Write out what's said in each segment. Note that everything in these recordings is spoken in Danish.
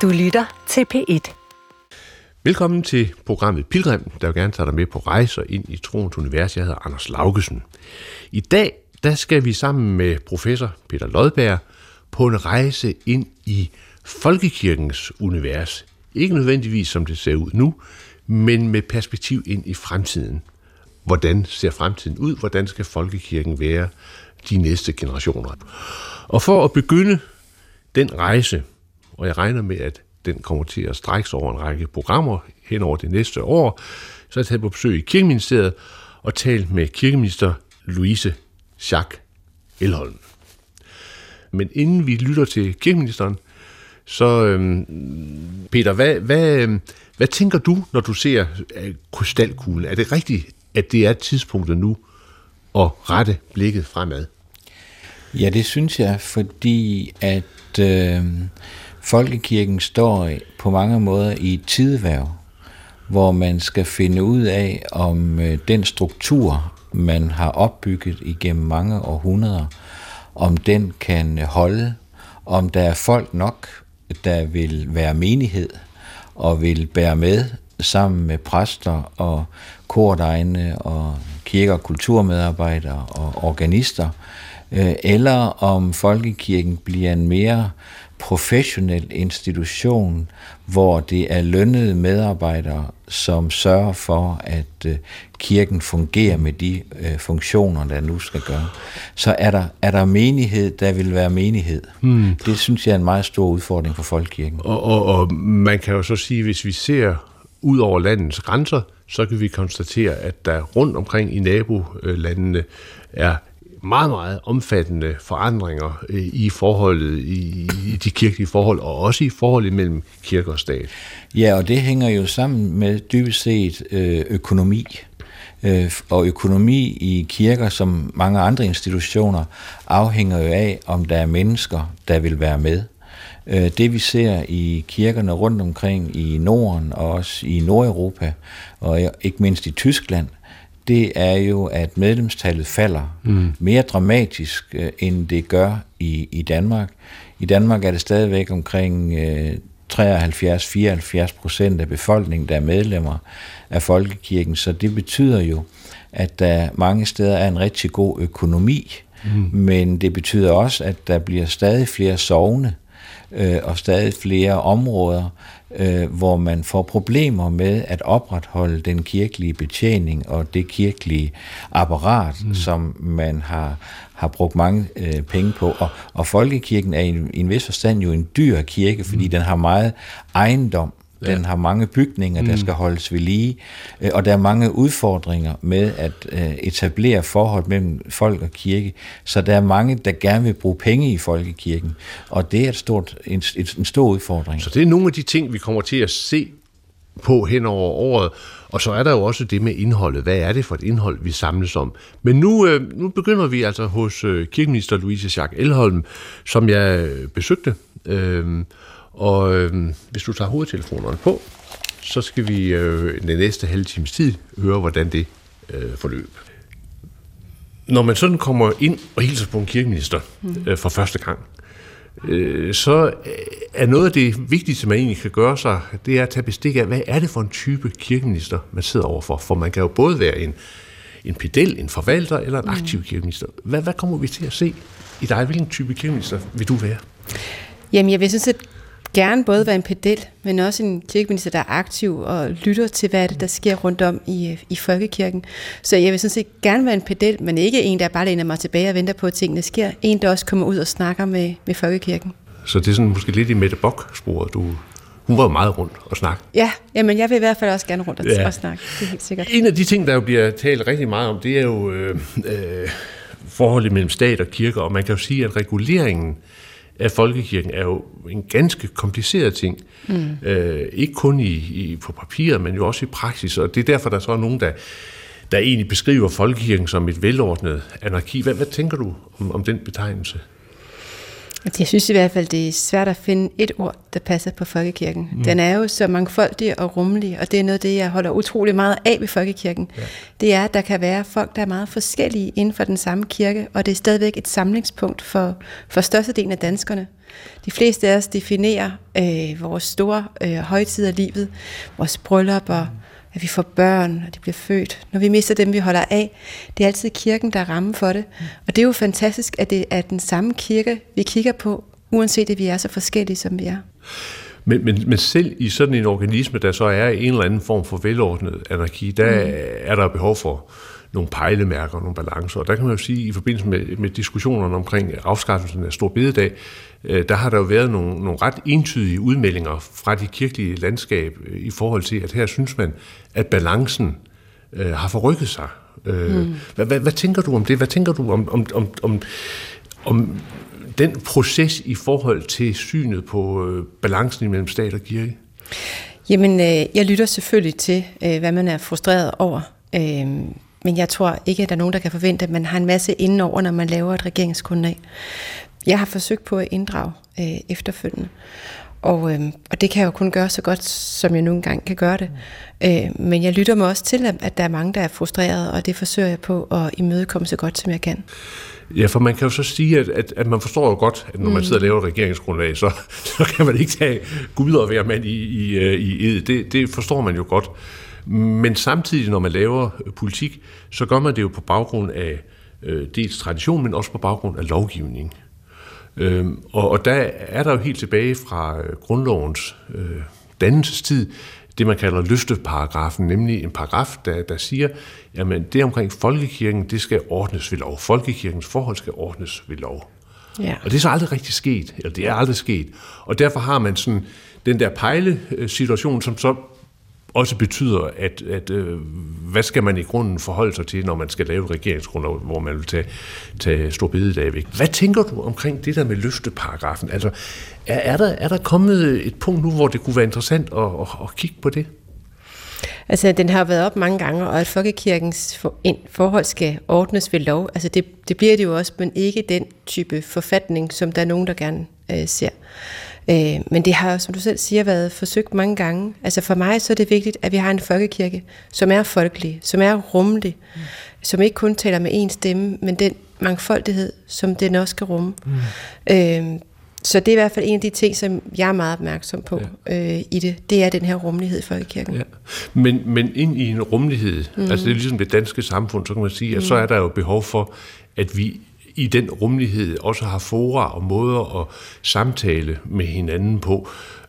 Du lytter til P1. Velkommen til programmet Pilgrim, der vil gerne tage dig med på rejser ind i troens univers. Jeg hedder Anders Laugesen. I dag der skal vi sammen med professor Peter Lodberg på en rejse ind i folkekirkens univers. Ikke nødvendigvis som det ser ud nu, men med perspektiv ind i fremtiden. Hvordan ser fremtiden ud? Hvordan skal folkekirken være de næste generationer? Og for at begynde den rejse, og jeg regner med, at den kommer til at strække sig over en række programmer hen over det næste år, så er jeg taget på besøg i Kirkeministeriet og talt med kirkeminister Louise Schack Elholm. Men inden vi lytter til kirkeministeren, så Peter, hvad tænker du, når du ser krystalkuglen? Er det rigtigt, at det er tidspunktet nu at rette blikket fremad? Ja, det synes jeg, fordi at folkekirken står på mange måder i et tideværv, hvor man skal finde ud af, om den struktur, man har opbygget igennem mange århundreder, om den kan holde, om der er folk nok, der vil være menighed og vil bære med sammen med præster og kordegne og kirke- og kulturmedarbejdere og organister, eller om folkekirken bliver en mere professionel institution, hvor det er lønnede medarbejdere, som sørger for, at kirken fungerer med de funktioner, der nu skal gøre. Så er der menighed, der vil være menighed. Det synes jeg er en meget stor udfordring for folkekirken. Og man kan jo så sige, hvis vi ser ud over landets grænser, så kan vi konstatere, at der rundt omkring i nabolandene er meget, meget omfattende forandringer i forholdet, i de kirkelige forhold, og også i forholdet mellem kirke og stat. Ja, og det hænger jo sammen med dybest set økonomi. Og økonomi i kirker, som mange andre institutioner, afhænger jo af, om der er mennesker, der vil være med. Det vi ser i kirkerne rundt omkring i Norden, og også i Nordeuropa, og ikke mindst i Tyskland, det er jo, at medlemstallet falder mere dramatisk, end det gør i Danmark. I Danmark er det stadigvæk omkring 73-74% af befolkningen, der er medlemmer af folkekirken, så det betyder jo, at der mange steder er en rigtig god økonomi, men det betyder også, at der bliver stadig flere sogne og stadig flere områder, hvor man får problemer med at opretholde den kirkelige betjening og det kirkelige apparat, som man har brugt mange penge på. Og folkekirken er i en vis forstand jo en dyr kirke, fordi den har meget ejendom. Den har mange bygninger, der skal holdes ved lige, og der er mange udfordringer med at etablere forhold mellem folk og kirke, så der er mange, der gerne vil bruge penge i folkekirken, og det er en stor udfordring. Så det er nogle af de ting, vi kommer til at se på hen over året, og så er der jo også det med indholdet. Hvad er det for et indhold, vi samles om? Men nu begynder vi altså hos kirkeminister Louise Schack Elholm, som jeg besøgte, og hvis du tager hovedtelefonerne på, så skal vi den næste halve times tid høre, hvordan det forløb. Når man sådan kommer ind og hilser på en kirkeminister for første gang, så er noget af det vigtigste, man egentlig kan gøre sig, det er at tage bestik af, hvad er det for en type kirkeminister, man sidder overfor? For man kan jo både være en pedel, en forvalter eller en aktiv kirkeminister. Hvad kommer vi til at se i dig? Hvilken type kirkeminister vil du være? Jamen, jeg vil sådan set gerne både være en pedel, men også en kirkeminister, der er aktiv og lytter til, hvad det, der sker rundt om i folkekirken. Så jeg vil sådan set gerne være en pedel, men ikke en, der bare læner mig tilbage og venter på, at tingene sker. En, der også kommer ud og snakker med folkekirken. Så det er sådan måske lidt i Mette Bock-sporet. Hun var jo meget rundt og snakke. Ja, men jeg vil i hvert fald også gerne rundt og snakke. Det er helt sikkert. En af de ting, der jo bliver talt rigtig meget om, det er jo forholdet mellem stat og kirke, og man kan jo sige, at reguleringen af folkekirken er jo en ganske kompliceret ting. Ikke kun på papiret, men jo også i praksis. Og det er derfor, der så er nogen, der egentlig beskriver folkekirken som et velordnet anarki. Hvad tænker du om den betegnelse? Jeg synes i hvert fald, det er svært at finde et ord, der passer på folkekirken. Den er jo så mangfoldig og rummelig, og det er noget af det, jeg holder utrolig meget af ved folkekirken. Ja. Det er, at der kan være folk, der er meget forskellige inden for den samme kirke, og det er stadigvæk et samlingspunkt for størstedelen af danskerne. De fleste af os definerer vores store højtider af livet, vores bryllupper, at vi får børn, og de bliver født. Når vi mister dem, vi holder af, det er altid kirken, der er ramme for det. Og det er jo fantastisk, at det er den samme kirke, vi kigger på, uanset at vi er så forskellige, som vi er. Men selv i sådan en organisme, der så er en eller anden form for velordnet anarki, der er der behov for nogle pejlemærker, nogle balancer. Og der kan man jo sige, i forbindelse med diskussionerne omkring afskaffelsen af Store Bededag, der har der jo været nogle ret entydige udmeldinger fra de kirkelige landskab i forhold til, at her synes man, at balancen har forrykket sig. Hvad tænker du om det? Hvad tænker du om den proces i forhold til synet på balancen imellem stat og kirke? Jamen, jeg lytter selvfølgelig til, hvad man er frustreret over. Men jeg tror ikke, at der er nogen, der kan forvente, at man har en masse indenover, når man laver et regeringsgrundlag. Jeg har forsøgt på at inddrage efterfølgende, og det kan jeg jo kun gøre så godt, som jeg nogle gange kan gøre det. Men jeg lytter mig også til, at der er mange, der er frustrerede, og det forsøger jeg på at imødekomme så godt, som jeg kan. Ja, for man kan jo så sige, at man forstår jo godt, at når man sidder og laver et regeringsgrundlag, så kan man ikke tage Gud og være mand i ed. Det forstår man jo godt. Men samtidig, når man laver politik, så gør man det jo på baggrund af dels tradition, men også på baggrund af lovgivning. Og der er der jo helt tilbage fra grundlovens dannelsestid, det man kalder løfteparagrafen, nemlig en paragraf, der siger, jamen det omkring folkekirken, det skal ordnes ved lov. Folkekirkens forhold skal ordnes ved lov. Ja. Og det er så aldrig rigtig sket, eller det er aldrig sket. Og derfor har man sådan den der pejlesituation, som så også betyder, at hvad skal man i grunden forholde sig til, når man skal lave et regeringsgrundlag, hvor man vil tage Store Bededag væk. Hvad tænker du omkring det der med løfteparagrafen? Altså, er der kommet et punkt nu, hvor det kunne være interessant at kigge på det? Altså, den har været op mange gange, og at folkekirkens forhold skal ordnes ved lov. Altså, det bliver det jo også, men ikke den type forfatning, som der er nogen, der gerne ser. Men det har, som du selv siger, været forsøgt mange gange. Altså for mig så er det vigtigt, at vi har en folkekirke, som er folkelig, som er rummelig, som ikke kun taler med én stemme, men den mangfoldighed, som den også skal rumme. Så det er i hvert fald en af de ting, som jeg er meget opmærksom på i det. Det er den her rummelighed i folkekirken. Ja. Men ind i en rummelighed, altså det er ligesom det danske samfund, så kan man sige, at så er der jo behov for, at vi i den rummelighed også har fora og måder at samtale med hinanden på.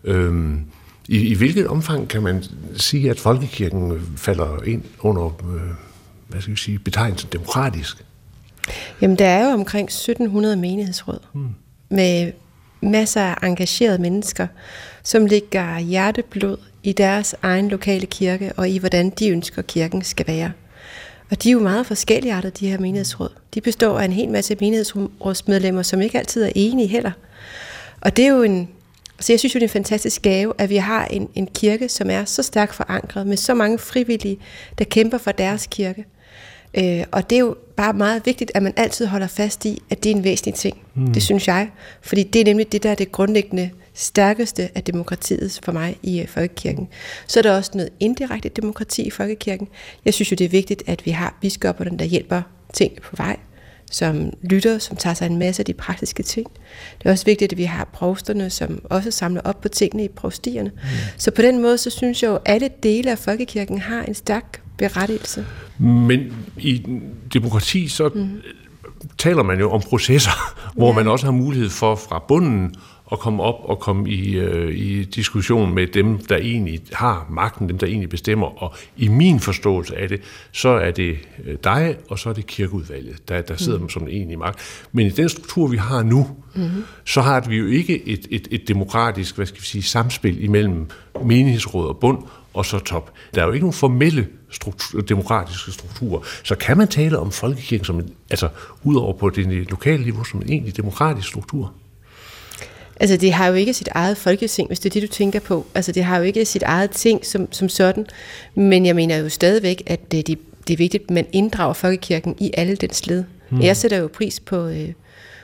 I hvilket omfang kan man sige, at folkekirken falder ind under betegnelsen demokratisk? Jamen, der er jo omkring 1700 menighedsråd med masser af engagerede mennesker, som lægger hjerteblod i deres egen lokale kirke og i, hvordan de ønsker, kirken skal være. Og de er jo meget forskelligartede, de her menighedsråd. De består af en hel masse menighedsrådsmedlemmer, som ikke altid er enige heller. Og det er jo så jeg synes jo, det er en fantastisk gave, at vi har en kirke, som er så stærkt forankret, med så mange frivillige, der kæmper for deres kirke. Og det er jo bare meget vigtigt, at man altid holder fast i, at det er en væsentlig ting. Det synes jeg. Fordi det er nemlig det, der er det grundlæggende stærkeste af demokratiet for mig i folkekirken. Så er der også noget indirekte demokrati i folkekirken. Jeg synes jo, det er vigtigt, at vi har biskopperne, der hjælper ting på vej, som lytter, som tager sig en masse af de praktiske ting. Det er også vigtigt, at vi har provsterne, som også samler op på tingene i provstierne. Så på den måde, så synes jeg jo, at alle dele af folkekirken har en stærk berettigelse. Men i demokrati, så taler man jo om processer, hvor man også har mulighed for fra bunden at komme op og komme i diskussion med dem, der egentlig har magten, dem, der egentlig bestemmer. Og i min forståelse af det, så er det dig, og så er det kirkeudvalget, der sidder som egentlig magt. Men i den struktur, vi har nu, så har vi jo ikke et demokratisk, samspil imellem menighedsråd og bund, og så top. Der er jo ikke nogen formelle demokratiske strukturer. Så kan man tale om folkekirken som udover på det lokale niveau, som en egentlig demokratisk struktur? Altså, det har jo ikke sit eget folketing, hvis det er det, du tænker på. Altså, det har jo ikke sit eget ting som sådan. Men jeg mener jo stadigvæk, at det er vigtigt, at man inddrager folkekirken i alle dens led. Jeg sætter jo pris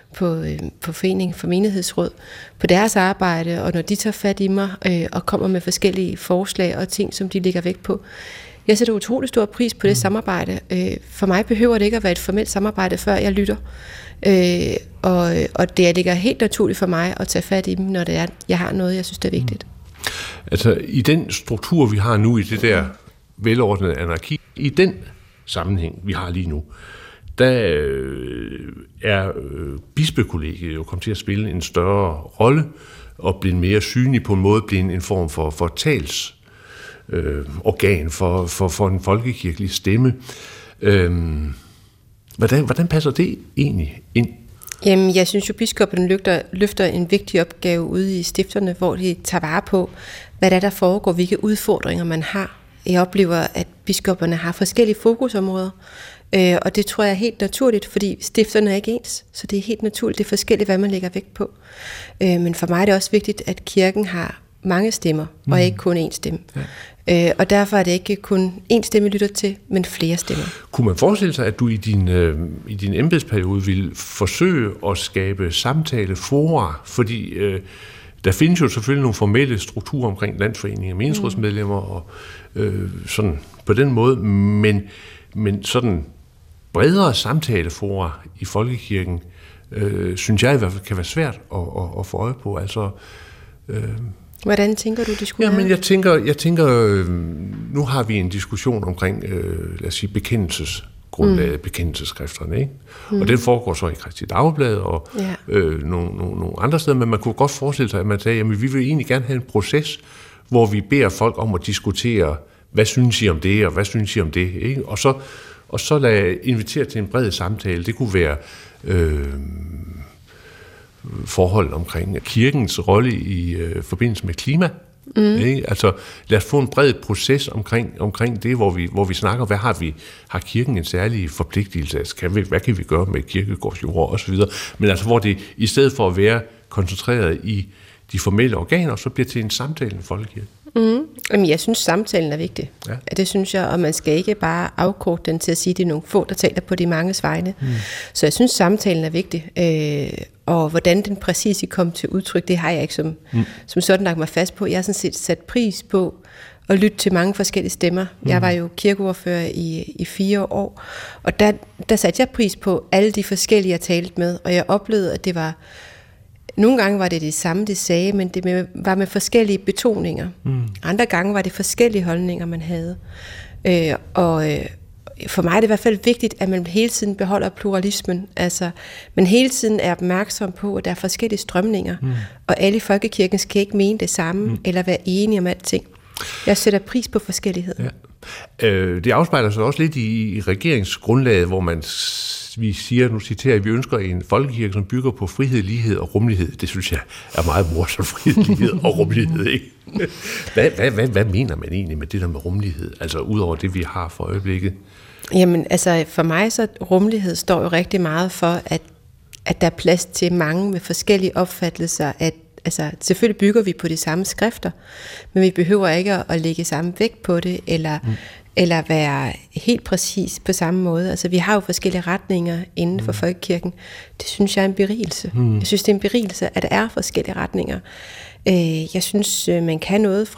på Foreningen for Menighedsråd, på deres arbejde, og når de tager fat i mig og kommer med forskellige forslag og ting, som de lægger vægt på. Jeg sætter utrolig stor pris på det samarbejde. For mig behøver det ikke at være et formelt samarbejde, før jeg lytter. Og det ligger helt naturligt for mig at tage fat i dem, når det er, jeg har noget, jeg synes, det er vigtigt. Altså i den struktur, vi har nu, i det der velordnede anarki, i den sammenhæng, vi har lige nu, der er bispekollegiet jo kommet til at spille en større rolle og blive mere synlig, på en måde blive en form for talsorgan for en folkekirkelig stemme. Hvordan passer det egentlig ind? Jamen, jeg synes jo, biskopperne løfter en vigtig opgave ude i stifterne, hvor de tager vare på, hvad der foregår, hvilke udfordringer man har. Jeg oplever, at biskopperne har forskellige fokusområder, og det tror jeg er helt naturligt, fordi stifterne er ikke ens, så det er helt naturligt, det er forskelligt, hvad man lægger vægt på. Men for mig er det også vigtigt, at kirken har mange stemmer, og ikke kun én stemme. Ja. Og derfor er det ikke kun én stemme, lytter til, men flere stemmer. Kunne man forestille sig, at du i din embedsperiode ville forsøge at skabe samtalefora, fordi der findes jo selvfølgelig nogle formelle strukturer omkring landsforeninger, menighedsrådsmedlemmer og sådan på den måde, men sådan bredere samtalefora i folkekirken, synes jeg i hvert fald kan være svært at få øje på. Altså, hvordan tænker du, det skulle være? Jamen, jeg tænker, nu har vi en diskussion omkring, lad os sige, bekendelsesgrundlaget, bekendelsesskrifterne, ikke? Og den foregår så i Kristi Dagblad og nogle andre steder, men man kunne godt forestille sig, at man sagde, jamen, vi vil egentlig gerne have en proces, hvor vi beder folk om at diskutere, hvad synes I om det, og hvad synes I om det, ikke? Og så lade invitere til en bred samtale. Det kunne være forhold omkring kirkens rolle i forbindelse med klima. Ikke? Altså lad os få en bred proces omkring det, hvor vi snakker, har kirken en særlig forpligtelse, hvad kan vi gøre med kirkegårdsjord og så videre, men altså hvor det i stedet for at være koncentreret i de formelle organer, så bliver til en samtale i folkekirken. Jamen, jeg synes, samtalen er vigtig. Ja. Det synes jeg, og man skal ikke bare afkorte den til at sige, at det er nogle få, der taler på de manges vegne. Så jeg synes, samtalen er vigtig. Og hvordan den præcis kom til udtryk, det har jeg ikke som sådan lagt mig fast på. Jeg har sådan set sat pris på at lytte til mange forskellige stemmer. Jeg var jo kirkeordfører i 4 år, og der satte jeg pris på alle de forskellige, jeg talte med, og jeg oplevede, at det var... Nogle gange var det samme, det sagde, men det var med forskellige betoninger. Andre gange var det forskellige holdninger, man havde. For mig er det i hvert fald vigtigt, at man hele tiden beholder pluralismen. Altså, man hele tiden er opmærksom på, at der er forskellige strømninger, og alle i folkekirken skal ikke mene det samme, eller være enige om alting. Jeg sætter pris på forskellighed. Ja. Det afspejler sig også lidt i regeringsgrundlaget, hvor vi siger, nu citerer jeg, vi ønsker en folkekirke, som bygger på frihed, lighed og rummelighed. Det synes jeg er meget morsomt, frihed, lighed og rummelighed, ikke? Hvad mener man egentlig med det der med rummelighed? Altså udover det, vi har for øjeblikket? Jamen, altså for mig så rummelighed står jo rigtig meget for, at der er plads til mange med forskellige opfattelser. Altså selvfølgelig bygger vi på de samme skrifter, men vi behøver ikke at lægge samme vægt på det, eller være helt præcis på samme måde. Altså vi har jo forskellige retninger inden for folkekirken. Det synes jeg er en berigelse. Jeg synes, det er en berigelse, at der er forskellige retninger. Jeg synes, man kan noget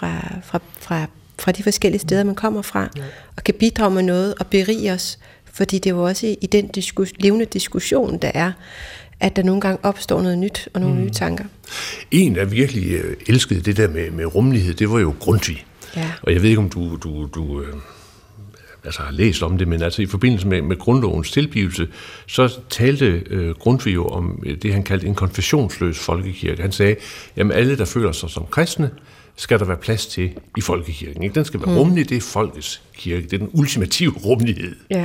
fra de forskellige steder, man kommer fra, og kan bidrage med noget og berige os, fordi det er jo også i den levende diskussion, der er, at der nogle gange opstår noget nyt og nogle nye tanker. En, der virkelig elskede det der med rummelighed, det var jo Grundtvig. Ja. Og jeg ved ikke, om du har læst om det, men altså i forbindelse med grundlovens tilblivelse, så talte Grundtvig jo om det, han kaldte en konfessionsløs folkekirke. Han sagde, jamen alle, der føler sig som kristne, skal der være plads til i folkekirken. Ikke? Den skal være rummelig, det er folkets kirke. Det er den ultimative rummelighed. Ja.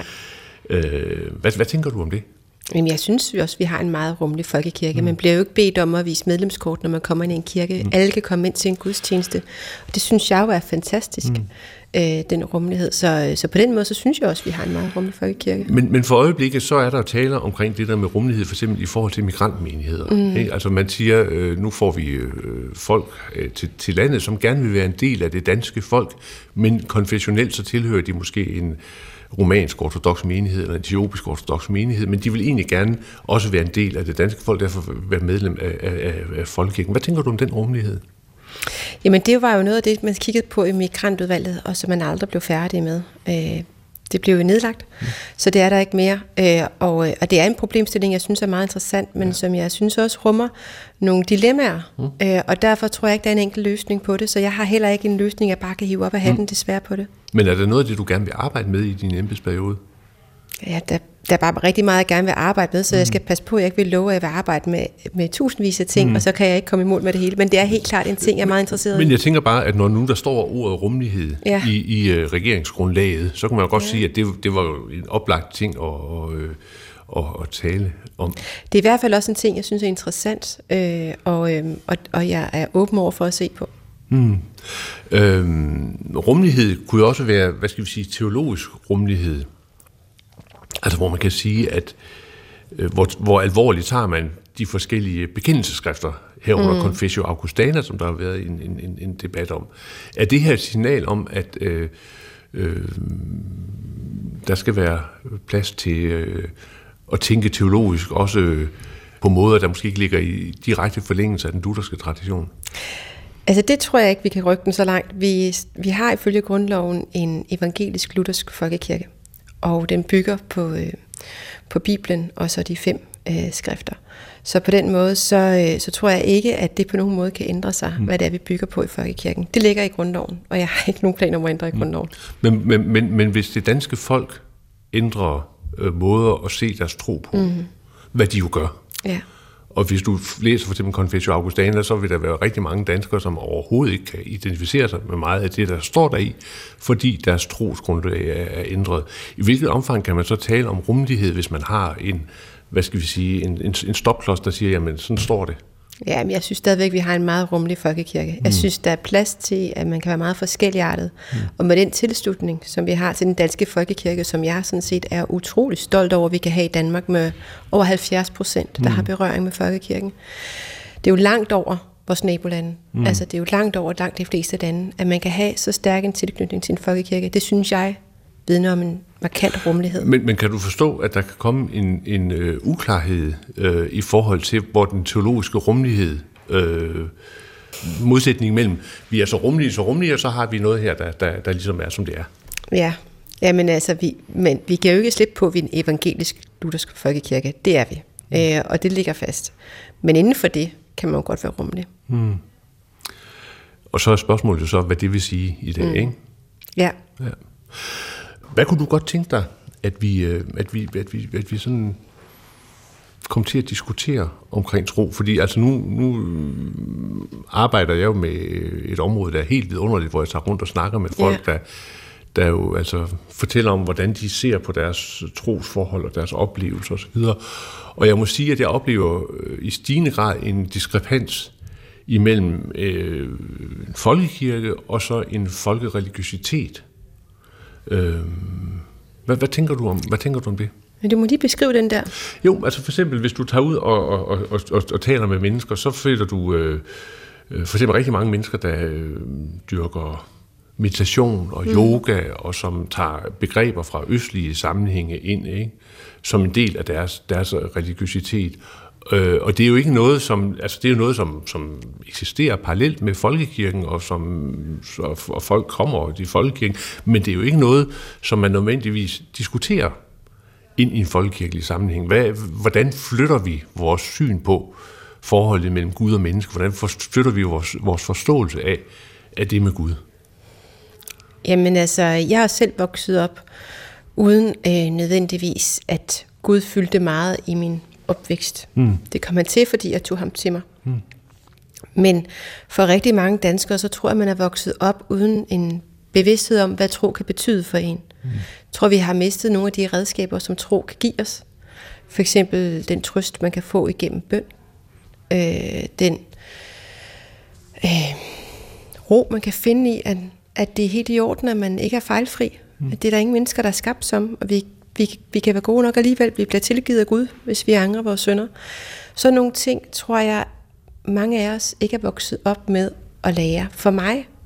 Hvad tænker du om det? Jamen, jeg synes også, vi har en meget rummelig folkekirke. Man bliver jo ikke bedt om at vise medlemskort, når man kommer ind i en kirke. Alle kan komme ind til en gudstjeneste. Og det synes jeg jo er fantastisk, den rummelighed. Så på den måde, så synes jeg også, vi har en meget rummelig folkekirke. Men for øjeblikket, så er der taler omkring det der med rummelighed, for eksempel i forhold til migrantmenigheder. Ikke? Altså man siger, nu får vi folk til landet, som gerne vil være en del af det danske folk, men konfessionelt så tilhører de måske en romansk ortodoxe menighed eller etiopisk ortodoxe menighed, men de vil egentlig gerne også være en del af det danske folk, derfor være medlem af folkekirken. Hvad tænker du om den rummelighed? Jamen det var jo noget af det, man kiggede på i migrantudvalget, og som man aldrig blev færdig med. Det blev jo nedlagt, så det er der ikke mere. Og det er en problemstilling, jeg synes er meget interessant, men som jeg synes også rummer nogle dilemmaer. Og derfor tror jeg ikke, der er en enkelt løsning på det, så jeg har heller ikke en løsning, jeg bare kan hive op af hatten, desværre på det. Men er der noget af det, du gerne vil arbejde med i din embedsperiode? Ja, der er bare rigtig meget, jeg gerne vil arbejde med, så jeg skal passe på, at jeg ikke vil love, at jeg vil arbejde med tusindvis af ting, og så kan jeg ikke komme i mål med det hele. Men det er helt klart en ting, jeg er meget interesseret i. Men jeg tænker bare, at når nu der står ordet rummelighed i regeringsgrundlaget, så kan man jo godt sige, at det var jo en oplagt ting at tale om. Det er i hvert fald også en ting, jeg synes er interessant, og jeg er åben over for at se på. Rummelighed kunne jo også være, hvad skal vi sige, teologisk rummelighed. Altså hvor man kan sige, at hvor alvorligt tager man de forskellige bekendelsesskrifter, herunder Confessio Augustana, som der har været en debat om. Er det her et signal om, at der skal være plads til at tænke teologisk, også på måder, der måske ikke ligger i direkte forlængelse af den lutherske tradition? Altså det tror jeg ikke, vi kan rykke den så langt. Vi har ifølge grundloven en evangelisk-luthersk folkekirke, og den bygger på Bibelen og så de 5 skrifter. Så på den måde, så tror jeg ikke, at det på nogen måde kan ændre sig, hvad det er, vi bygger på i folkekirken. Det ligger i grundloven, og jeg har ikke nogen planer om at ændre i grundloven. Men hvis det danske folk ændrer måder at se deres tro på, hvad de jo gør, og hvis du læser for eksempel Confessio Augustana, så vil der være rigtig mange danskere, som overhovedet ikke kan identificere sig med meget af det, der står deri, fordi deres trosgrundlag er ændret. I hvilket omfang kan man så tale om rummelighed, hvis man har en stopklods, der siger, jamen sådan står det? Ja, men jeg synes stadigvæk, at vi har en meget rummelig folkekirke. Jeg synes, der er plads til, at man kan være meget forskelligartet. Og med den tilslutning, som vi har til den danske folkekirke, som jeg sådan set er utrolig stolt over, at vi kan have i Danmark med over 70%, der har berøring med folkekirken. Det er jo langt over vores nabolande. Altså, det er jo langt over langt de fleste lande, at man kan have så stærk en tilknytning til en folkekirke. Det synes jeg vidner om en markant rummelighed. Men kan du forstå, at der kan komme en uklarhed i forhold til, hvor den teologiske rummelighed, modsætning mellem, vi er så rummelige, og så har vi noget her, der ligesom er, som det er? Ja, men altså, vi kan jo ikke slippe på, at vi er en evangelisk-luthersk folkekirke. Det er vi, og det ligger fast. Men inden for det kan man jo godt være rummelig. Og så er spørgsmålet jo så, hvad det vil sige i dag, ikke? Ja. Hvad kunne du godt tænke dig, at vi sådan kom til at diskutere omkring tro? Fordi altså nu arbejder jeg jo med et område, der er helt vidunderligt, hvor jeg tager rundt og snakker med folk, der jo altså fortæller om, hvordan de ser på deres trosforhold og deres oplevelser osv. Og jeg må sige, at jeg oplever i stigende grad en diskrepans imellem en folkekirke og så en folkereligiøsitet. Hvad tænker du om det? Men du må lige beskrive den der. Jo, altså for eksempel, hvis du tager ud og taler med mennesker, så finder du for eksempel rigtig mange mennesker, der dyrker meditation og yoga, og som tager begreber fra østlige sammenhænge ind, ikke? Som en del af deres religiøsitet. Og det er jo ikke noget, det er jo noget, som eksisterer parallelt med folkekirken, og folk kommer i folkekirken, men det er jo ikke noget, som man nødvendigvis diskuterer ind i en folkekirkelig sammenhæng. Hvordan flytter vi vores syn på forholdet mellem Gud og menneske? Hvordan flytter vi vores forståelse af det med Gud? Jamen altså, jeg har selv vokset op uden nødvendigvis, at Gud fyldte meget i min opvækst. Det kom han til, fordi jeg tog ham til mig. Men for rigtig mange danskere, så tror jeg, man er vokset op uden en bevidsthed om, hvad tro kan betyde for en. Jeg tror, vi har mistet nogle af de redskaber, som tro kan give os. For eksempel den trøst, man kan få igennem bøn. Den ro, man kan finde i, at det er helt i orden, at man ikke er fejlfri. At det er der ingen mennesker, der er skabt som, og vi kan være gode nok alligevel. Vi bliver tilgivet af Gud, hvis vi angrer vores synder. Så nogle ting, tror jeg, mange af os ikke er vokset op med at lære. For mig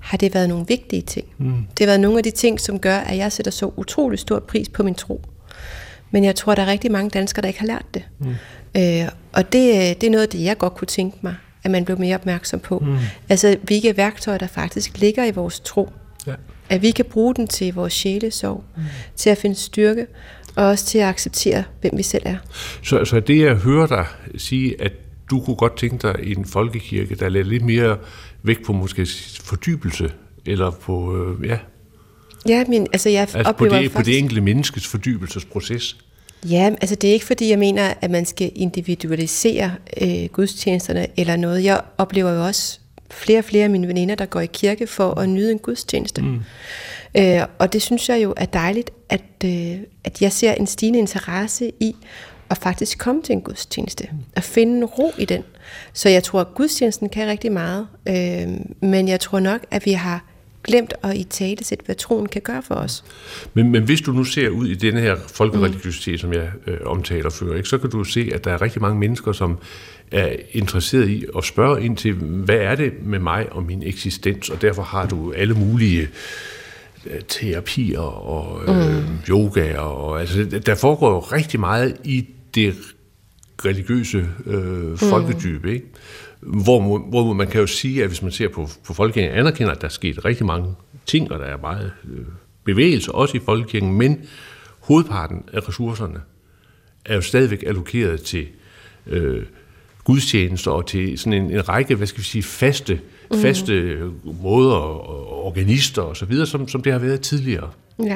har det været nogle vigtige ting. Det har været nogle af de ting, som gør, at jeg sætter så utrolig stor pris på min tro. Men jeg tror, der er rigtig mange danskere, der ikke har lært det. Og det er noget af det, jeg godt kunne tænke mig, at man blev mere opmærksom på. Altså, hvilke værktøjer, der faktisk ligger i vores tro. Ja. At vi kan bruge den til vores sjælesorg, til at finde styrke, og også til at acceptere, hvem vi selv er. Så det, jeg hører dig sige, at du kunne godt tænke dig i en folkekirke, der lader lidt mere vægt på måske fordybelse, eller på, Ja, men altså jeg oplever faktisk... på det enkelte menneskes fordybelsesproces. Ja, altså det er ikke fordi, jeg mener, at man skal individualisere gudstjenesterne eller noget. Jeg oplever jo også flere og flere af mine veninder, der går i kirke for at nyde en gudstjeneste. Og det synes jeg jo er dejligt, at jeg ser en stigende interesse i at faktisk komme til en gudstjeneste, og finde en ro i den. Så jeg tror, at gudstjenesten kan rigtig meget, men jeg tror nok, at vi har glemt at italesætte, hvad troen kan gøre for os. Men hvis du nu ser ud i denne her folkereligiøsitet, som jeg omtaler før, ikke, så kan du se, at der er rigtig mange mennesker, som er interesseret i at spørge ind til, hvad er det med mig og min eksistens, og derfor har du alle mulige terapier og yoga, og altså, der foregår jo rigtig meget i det religiøse folkedyb, ikke? Hvor man kan jo sige, at hvis man ser på folkekirken, anerkender, at der er sket rigtig mange ting, og der er meget bevægelse også i folkekirken, men hovedparten af ressourcerne er jo stadigvæk allokeret til gudstjenester og til sådan en række, hvad skal vi sige, faste måder og organister og så videre, som det har været tidligere. Ja.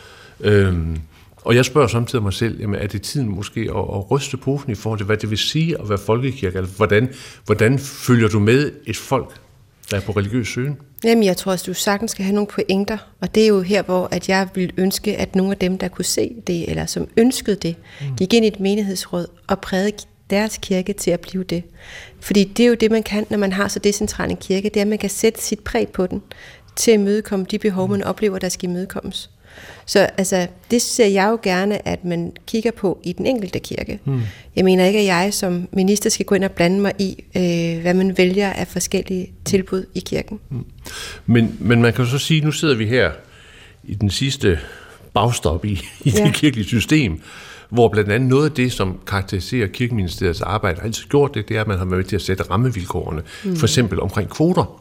Og jeg spørger samtidig mig selv, jamen, er det tiden måske at ryste posen i forhold til, hvad det vil sige at være folkekirke? Altså, hvordan følger du med et folk, der er på religiøs søgen? Jamen, jeg tror, at du sagtens skal have nogle pointer, og det er jo her, hvor at jeg vil ønske, at nogle af dem, der kunne se det, eller som ønskede det, gik ind i et menighedsråd og prædikede deres kirke til at blive det. Fordi det er jo det, man kan, når man har så decentral en kirke, det er, at man kan sætte sit præg på den, til at imødekomme de behov, man oplever, der skal imødekommes. Så altså, det ser jeg jo gerne, at man kigger på i den enkelte kirke. Jeg mener ikke, at jeg som minister skal gå ind og blande mig i, hvad man vælger af forskellige tilbud i kirken. Men man kan jo så sige, nu sidder vi her i den sidste bagstop i det kirkelige system, hvor blandt andet noget af det, som karakteriserer Kirkeministeriets arbejde, har altid gjort det, det er, at man har været med til at sætte rammevilkårene, for eksempel omkring kvoter.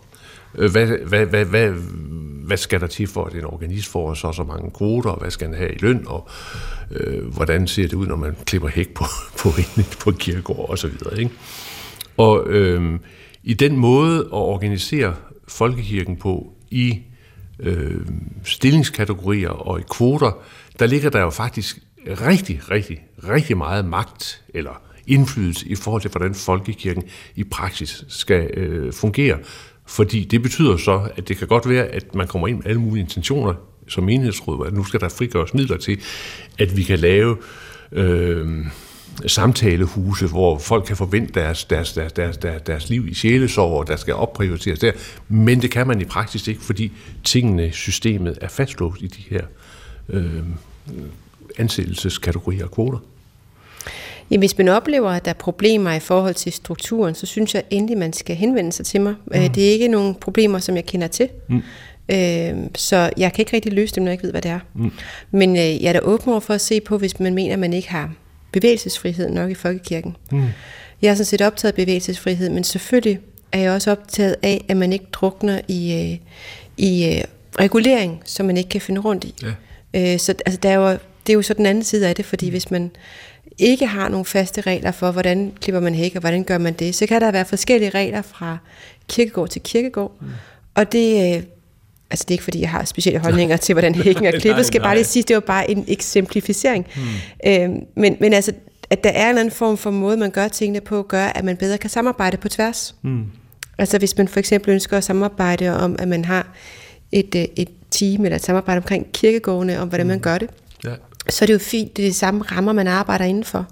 Hvad skal der til for, at en organist får så mange kvoter, og hvad skal han have i løn, og hvordan ser det ud, når man klipper hæk på kirkegård og så videre, ikke? Og i den måde at organisere folkekirken på i stillingskategorier og i kvoter, der ligger der jo faktisk rigtig meget magt eller indflydelse i forhold til, hvordan folkekirken i praksis skal fungere. Fordi det betyder så, at det kan godt være, at man kommer ind med alle mulige intentioner som menighedsråd, at nu skal der frigøres midler til, at vi kan lave samtalehuse, hvor folk kan forvente deres liv i sjælesorg, og der skal opprioriteres der. Men det kan man i praksis ikke, fordi tingene, systemet er fastlåst i de her ansættelseskategorier og kvoter. Ja, hvis man oplever, at der er problemer i forhold til strukturen, så synes jeg endelig, man skal henvende sig til mig. Det er ikke nogle problemer, som jeg kender til. Så jeg kan ikke rigtig løse dem, når jeg ikke ved, hvad det er. Men jeg er da åben over for at se på, hvis man mener, at man ikke har bevægelsesfrihed nok i folkekirken. Jeg er sådan set optaget af bevægelsesfrihed, men selvfølgelig er jeg også optaget af, at man ikke drukner i regulering, som man ikke kan finde rundt i. Ja. Så altså, det er jo så den anden side af det, fordi hvis man ikke har nogle faste regler for, hvordan klipper man hæk, og hvordan gør man det, så kan der være forskellige regler fra kirkegård til kirkegård. Og det er ikke fordi, jeg har specielle holdninger til, hvordan hækken er klippet. Skal bare lige sige, det var bare en eksemplificering. Men altså, at der er en eller anden form for måde, man gør tingene på, gør, at man bedre kan samarbejde på tværs. Altså hvis man for eksempel ønsker at samarbejde om, at man har et team, eller et samarbejde omkring kirkegårdene, om hvordan man gør det, så er det jo fint, det er de samme rammer, man arbejder indenfor.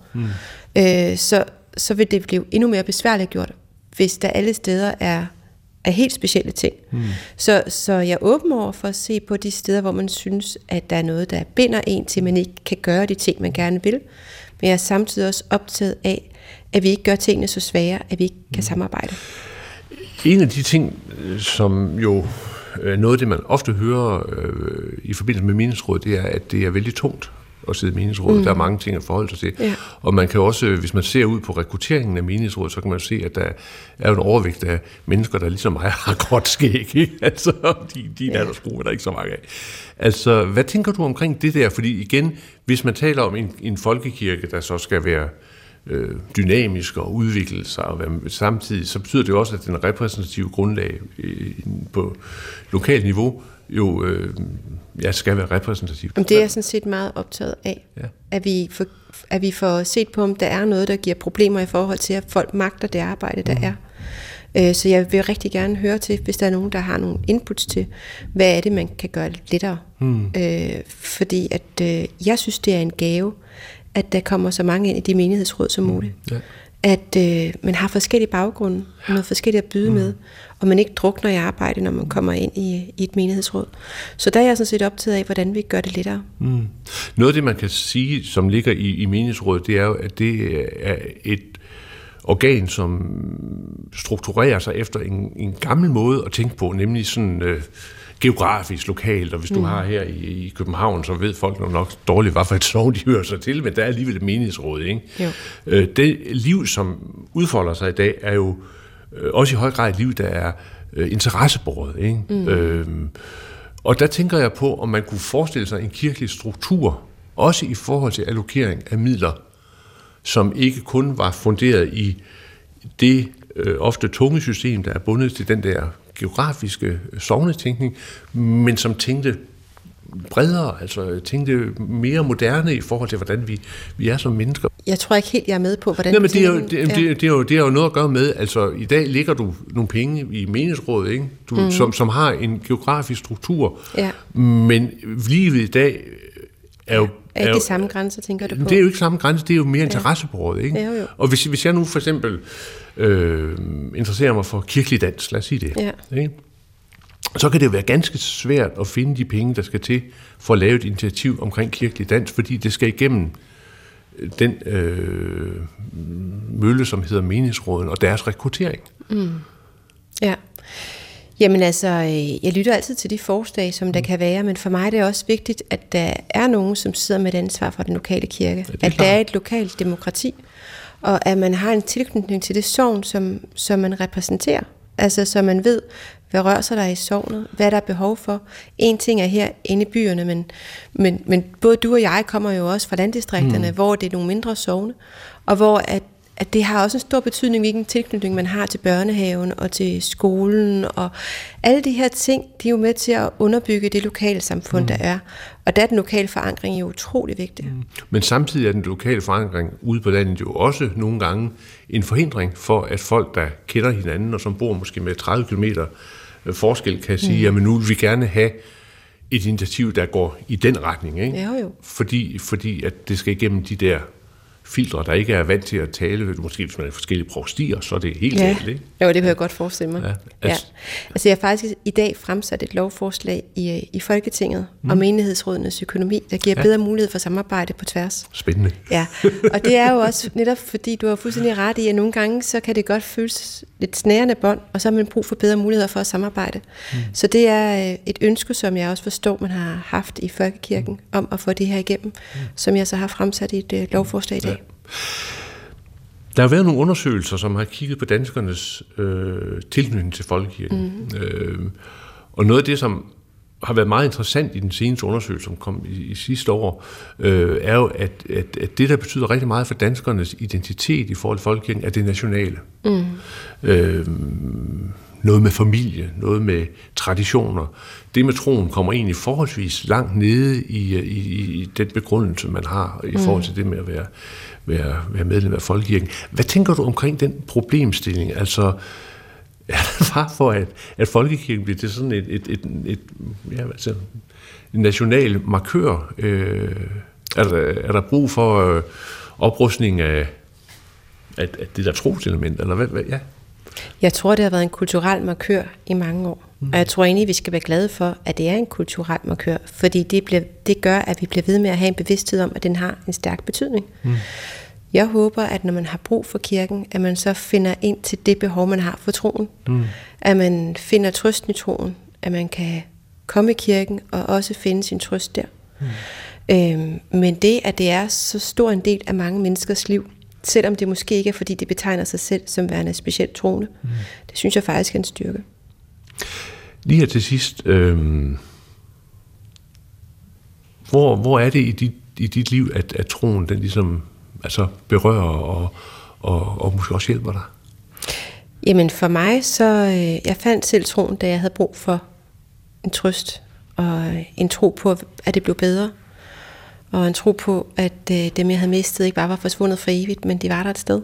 Så vil det blive endnu mere besværligt gjort, hvis der alle steder er helt specielle ting. Så jeg er åben over for at se på de steder, hvor man synes, at der er noget, der binder en til, man ikke kan gøre de ting, man gerne vil. Men jeg er samtidig også optaget af, at vi ikke gør tingene så svære, at vi ikke kan samarbejde. En af de ting, som jo noget af det, man ofte hører i forbindelse med menighedsråd, det er, at det er vældig tungt at sidde i menighedsrådet. Der er mange ting at forholde sig til. Ja. Og man kan også, hvis man ser ud på rekrutteringen af menighedsrådet, så kan man se, at der er en overvægt af mennesker, der ligesom mig har gråt skæg. Ikke? Altså, de aldersgruppe er der ikke så mange af. Altså, hvad tænker du omkring det der? Fordi igen, hvis man taler om en folkekirke, der så skal være dynamisk og udvikle sig og være samtidig, så betyder det jo også, at den repræsentative grundlag på lokalt niveau jo skal være repræsentativt. Det er jeg sådan set meget optaget af, at vi får set på, om der er noget, der giver problemer i forhold til, at folk magter det arbejde, der er. Så jeg vil rigtig gerne høre til, hvis der er nogen, der har nogle inputs til, hvad er det, man kan gøre lettere. Fordi at jeg synes, det er en gave, at der kommer så mange ind i de menighedsråd som muligt. Ja. At man har forskellige baggrunde, noget forskelligt at byde med, og man ikke drukner i arbejde, når man kommer ind i et menighedsråd. Så der er jeg sådan set optaget af, hvordan vi gør det lettere. Noget af det, man kan sige, som ligger i menighedsrådet, det er jo, at det er et organ, som strukturerer sig efter en gammel måde at tænke på, nemlig sådan geografisk, lokalt, og hvis du har her i København, så ved folk nok dårligt, hvad for et sogn de hører sig til, men der er alligevel et menighedsråd, ikke? Det liv, som udfolder sig i dag, er jo også i høj grad et liv, der er interessebåret, ikke? Og der tænker jeg på, om man kunne forestille sig en kirkelig struktur, også i forhold til allokering af midler, som ikke kun var funderet i det ofte tunge system, der er bundet til den der geografiske sognetænkning, men som tænkte bredere, altså tænkte mere moderne i forhold til, hvordan vi er som mennesker. Jeg tror ikke helt, jeg er med på, hvordan men det er jo noget at gøre med, altså i dag ligger du nogle penge i menighedsrådet, ikke? Som har en geografisk struktur, men livet i dag er jo ikke samme grænser, tænker du på? Det er jo ikke samme grænse, det er jo mere interessebåret, ikke? Jo. Og hvis jeg nu for eksempel interesserer mig for kirkelig dans, lad os sige det, ikke? Så kan det jo være ganske svært at finde de penge, der skal til for at lave et initiativ omkring kirkelig dans, fordi det skal igennem den mølle, som hedder menighedsråden, og deres rekruttering. Ja. Jamen altså, jeg lytter altid til de forslag, som der kan være, men for mig er det også vigtigt, at der er nogen, som sidder med et ansvar for den lokale kirke. At der er et lokalt demokrati, og at man har en tilknytning til det sogn, som man repræsenterer. Altså, så man ved, hvad rører sig der i sognet, hvad der er behov for. En ting er her inde i byerne, men både du og jeg kommer jo også fra landdistrikterne, hvor det er nogle mindre sogne, og hvor at det har også en stor betydning, hvilken tilknytning man har til børnehaven og til skolen, og alle de her ting, de er jo med til at underbygge det lokale samfund, der er. Og der er den lokale forankring jo utrolig vigtig. Men samtidig er den lokale forankring ude på landet jo også nogle gange en forhindring for, at folk, der kender hinanden, og som bor måske med 30 kilometer forskel, kan sige, jamen nu vil vi gerne have et initiativ, der går i den retning, ikke? Jo. Fordi at det skal igennem de der filtre, der ikke er vant til at tale, måske hvis man er forskellige provstier, så er det helt galt, ikke? Jo, det kan jeg godt forestille mig. Altså jeg har faktisk i dag fremsat et lovforslag i Folketinget om menighedsrådenes økonomi, der giver bedre mulighed for samarbejde på tværs. Spændende. Ja, og det er jo også netop fordi, du har fuldstændig ret i, at nogle gange, så kan det godt føles lidt snærende bånd, og så har man brug for bedre muligheder for at samarbejde. Så det er et ønske, som jeg også forstår, man har haft i Folkekirken, om at få det her igennem, som jeg så har fremsat i et lovforslag i dag. Der har været nogle undersøgelser, som har kigget på danskernes tilknytning til folkekirken. Og noget af det, som har været meget interessant i den seneste undersøgelse, som kom i sidste år, er jo, at det, der betyder rigtig meget for danskernes identitet i forhold til folkekirken, er det nationale. Noget med familie, noget med traditioner. Det med troen kommer egentlig forholdsvis langt nede i den begrundelse, man har i forhold til det med at være medlem af folkekirken. Hvad tænker du omkring den problemstilling? Altså, er der far for, at folkekirken bliver til sådan en national markør? Er der brug for oprustning af det der troselement? Eller hvad? Ja. Jeg tror, det har været en kulturel markør i mange år. Og jeg tror egentlig, vi skal være glade for, at det er en kulturel markør, fordi det gør, at vi bliver ved med at have en bevidsthed om, at den har en stærk betydning. Jeg håber, at når man har brug for kirken, at man så finder ind til det behov, man har for troen. At man finder trøsten i troen. at man kan komme i kirken og også finde sin trøst der. Men at det er så stor en del af mange menneskers liv, selvom det måske ikke er, fordi de betegner sig selv som værende specielt troende, det synes jeg faktisk er en styrke. Lige her til sidst, hvor er det i dit liv, at troen den ligesom berører og måske også hjælper dig? Jamen for mig, så jeg fandt selv troen, da jeg havde brug for en trøst, og en tro på, at det blev bedre, og en tro på, at dem, jeg havde mistet, ikke bare var forsvundet for evigt, men de var der et sted.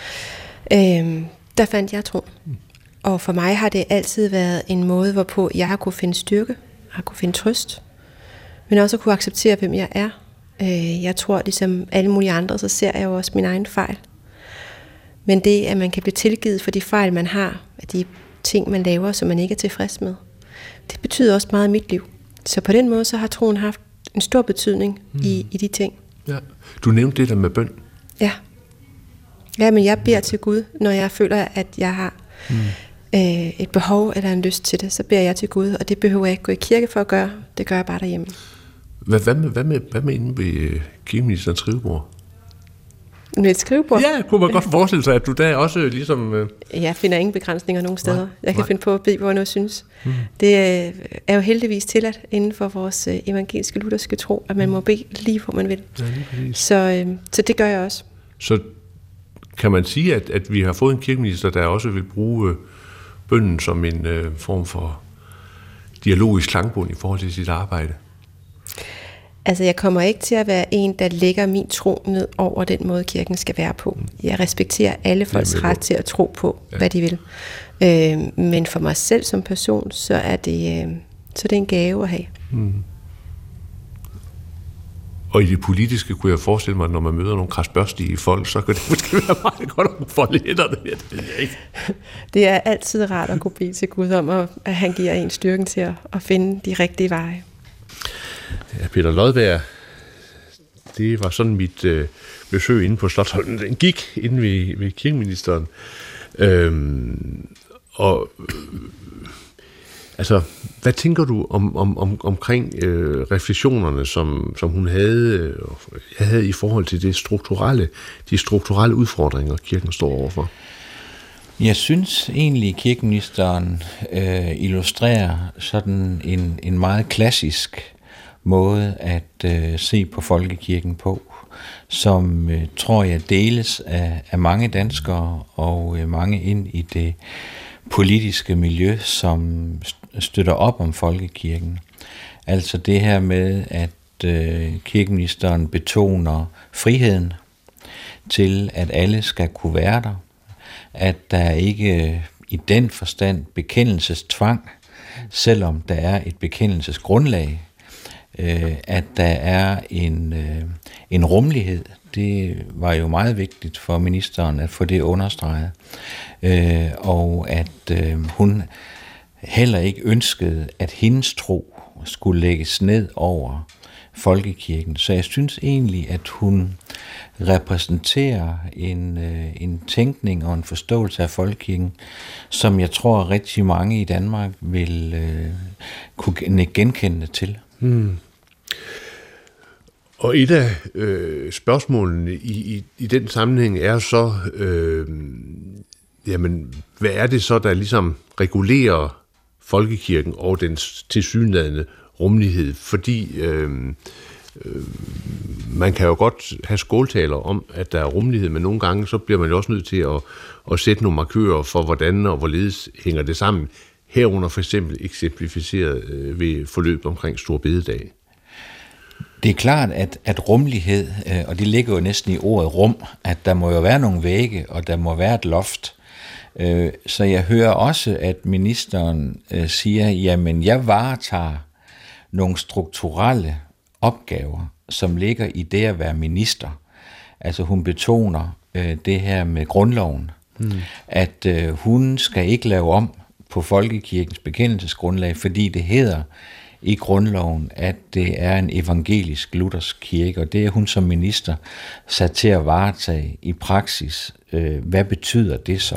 Der fandt jeg tro. Og for mig har det altid været en måde, hvorpå jeg har kunne finde styrke, har kunne finde trøst, men også at kunne acceptere, hvem jeg er. Jeg tror, ligesom alle mulige andre, så ser jeg jo også min egen fejl. Men det, at man kan blive tilgivet for de fejl, man har, af de ting, man laver, som man ikke er tilfreds med, det betyder også meget i mit liv. Så på den måde, så har troen haft en stor betydning i de ting. Ja. Du nævnte det der med bøn. Ja. Ja, men jeg beder til Gud, når jeg føler, at jeg har et behov eller en lyst til det, så beder jeg til Gud, og det behøver jeg ikke gå i kirke for at gøre. Det gør jeg bare derhjemme. Hvad med inde ved kirkeministerens skrivebord? Med et skrivebord? Ja, kunne man godt forestille sig, at du der også ligesom... Jeg finder ingen begrænsninger nogen steder. Jeg kan finde på at bede, hvor jeg nu synes. Det er jo heldigvis tilladt inden for vores evangeliske lutherske tro, at man må bede lige, hvor man vil. Ja, lige præcis. Så det gør jeg også. Så kan man sige, at vi har fået en kirkeminister, der også vil bruge bønnen som en form for dialogisk klangbund i forhold til sit arbejde? Altså, jeg kommer ikke til at være en, der lægger min tro ned over den måde, kirken skal være på. Jeg respekterer alle folks ret til at tro på, hvad de vil. Men for mig selv som person, så er det en gave at have. Og i det politiske kunne jeg forestille mig, at når man møder nogle krasbørstige folk, så kan det måske være meget godt at få hænderne. Det er altid rart at kunne bede til Gud om, at han giver en styrken til at finde de rigtige veje. Ja, Peter Lodberg, det var sådan mit besøg inde på Slotsholmen. Den gik inde ved kirkeministeren. Hvad tænker du omkring refleksionerne, som hun havde, jeg havde i forhold til de strukturelle udfordringer, kirken står overfor? Jeg synes egentlig, kirkeministeren illustrerer sådan en meget klassisk måde at se på folkekirken på, som tror jeg deles af mange danskere og mange ind i det politiske miljø, som støtter op om folkekirken. Altså det her med, at kirkeministeren betoner friheden til, at alle skal kunne være der, at der ikke i den forstand bekendelsestvang, selvom der er et bekendelsesgrundlag, at der er en rummelighed. Det var jo meget vigtigt for ministeren at få det understreget, og at hun heller ikke ønskede, at hendes tro skulle lægges ned over folkekirken. Så jeg synes egentlig, at hun repræsenterer en tænkning og en forståelse af folkekirken, som jeg tror rigtig mange i Danmark vil kunne genkende til. Og et af spørgsmålene i den sammenhæng er så, hvad er det så, der ligesom regulerer folkekirken og dens tilsyneladende rummelighed? Fordi man kan jo godt have skåltaler om, at der er rummelighed, men nogle gange så bliver man jo også nødt til at sætte nogle markører for, hvordan og hvorledes hænger det sammen. Herunder for eksempel eksemplificeret ved forløbet omkring Store Bededag. Det er klart, at rummelighed, og det ligger jo næsten i ordet rum, at der må jo være nogle vægge, og der må være et loft. Så jeg hører også, at ministeren siger, jamen jeg varetager nogle strukturelle opgaver, som ligger i det at være minister. Altså hun betoner det her med grundloven, at hun skal ikke lave om på folkekirkens bekendelsesgrundlag, fordi det hedder i grundloven, at det er en evangelisk luthersk kirke, og det er hun som minister sat til at varetage i praksis. Hvad betyder det så?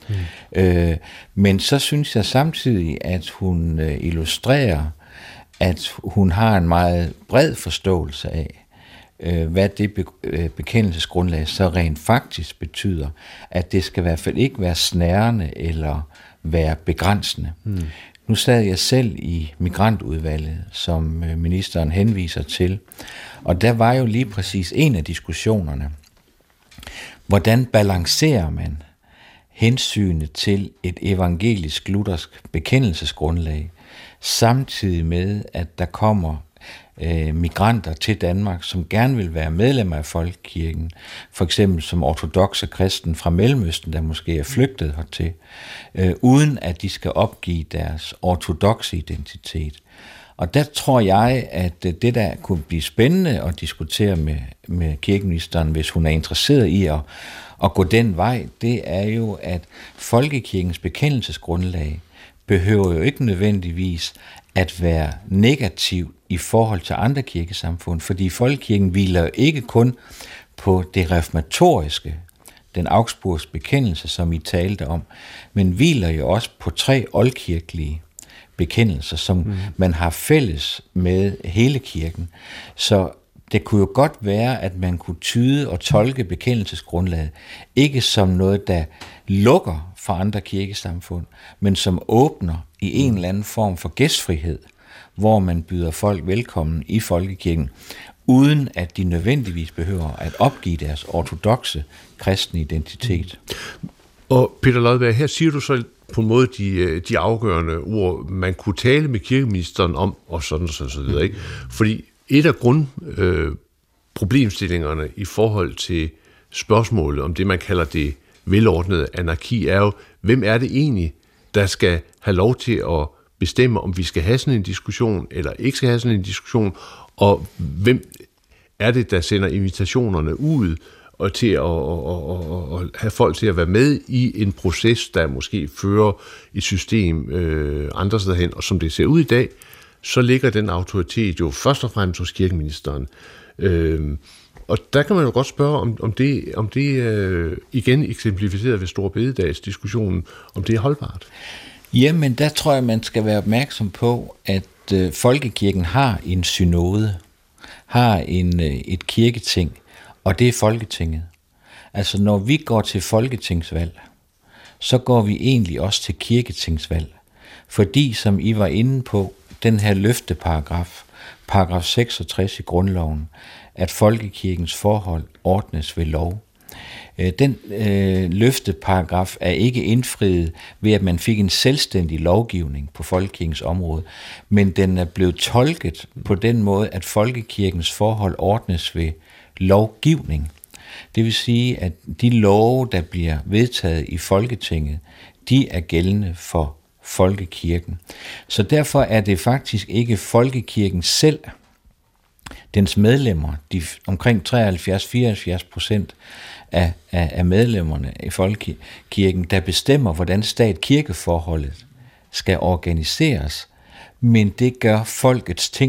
Men så synes jeg samtidig, at hun illustrerer, at hun har en meget bred forståelse af, hvad det bekendelsesgrundlag så rent faktisk betyder, at det skal i hvert fald ikke være snærende eller være begrænsende. Nu sad jeg selv i migrantudvalget, som ministeren henviser til, og der var jo lige præcis en af diskussionerne. Hvordan balancerer man hensynet til et evangelisk-luthersk bekendelsesgrundlag, samtidig med, at der kommer migranter til Danmark, som gerne vil være medlemmer af folkekirken, for eksempel som ortodokse kristen fra Mellemøsten, der måske er flygtet hertil, uden at de skal opgive deres ortodokse identitet. Og der tror jeg, at det, der kunne blive spændende at diskutere med kirkeministeren, hvis hun er interesseret i at gå den vej, det er jo, at folkekirkens bekendelsesgrundlag behøver jo ikke nødvendigvis at være negativ i forhold til andre kirkesamfund, fordi folkekirken hviler jo ikke kun på det reformatoriske, den augsburgske bekendelse, som I talte om, men hviler jo også på 3 oldkirkelige bekendelser, som man har fælles med hele kirken. Så det kunne jo godt være, at man kunne tyde og tolke bekendelsesgrundlaget, ikke som noget, der lukker for andre kirkesamfund, men som åbner i en eller anden form for gæstfrihed, hvor man byder folk velkommen i folkekirken, uden at de nødvendigvis behøver at opgive deres ortodokse kristne identitet. Og Peter Lodberg, her siger du så på en måde de afgørende ord, man kunne tale med kirkeministeren om, og sådan og så videre, ikke? Fordi et af grundproblemstillingerne i forhold til spørgsmålet om det, man kalder det velordnede anarki, er jo, hvem er det egentlig, der skal have lov til at bestemme, om vi skal have sådan en diskussion, eller ikke skal have sådan en diskussion, og hvem er det, der sender invitationerne ud, og til at have folk til at være med i en proces, der måske fører et system andre steder hen, og som det ser ud i dag, så ligger den autoritet jo først og fremmest hos kirkeministeren. Og der kan man jo godt spørge, om det igen eksemplificeret ved Store Bededagsdiskussionen, om det er holdbart. Jamen, der tror jeg, man skal være opmærksom på, at folkekirken har en synode, har et kirketing, og det er Folketinget. Altså, når vi går til folketingsvalg, så går vi egentlig også til kirketingsvalg. Fordi, som I var inde på, den her løfteparagraf, paragraf 66 i grundloven, at folkekirkens forhold ordnes ved lov. Den løfteparagraf er ikke indfriet ved, at man fik en selvstændig lovgivning på folkekirkens område, men den er blevet tolket på den måde, at folkekirkens forhold ordnes ved lovgivning. Det vil sige, at de love, der bliver vedtaget i Folketinget, de er gældende for folkekirken. Så derfor er det faktisk ikke folkekirken selv, dens medlemmer, de omkring 73-74% af medlemmerne i folkekirken, der bestemmer, hvordan stat-kirkeforholdet skal organiseres, men det gør folkets ting.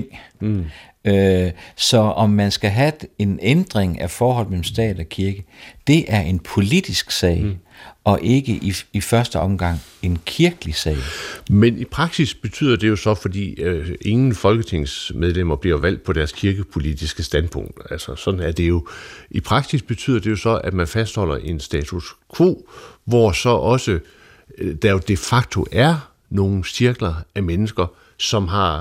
Så om man skal have en ændring af forholdet mellem stat og kirke, det er en politisk sag, og ikke i første omgang en kirkelig sag. Men i praksis betyder det jo så, fordi ingen folketingsmedlemmer bliver valgt på deres kirkepolitiske standpunkt. Altså sådan er det jo. I praksis betyder det jo så, at man fastholder en status quo, hvor så også der jo de facto er nogle cirkler af mennesker, som har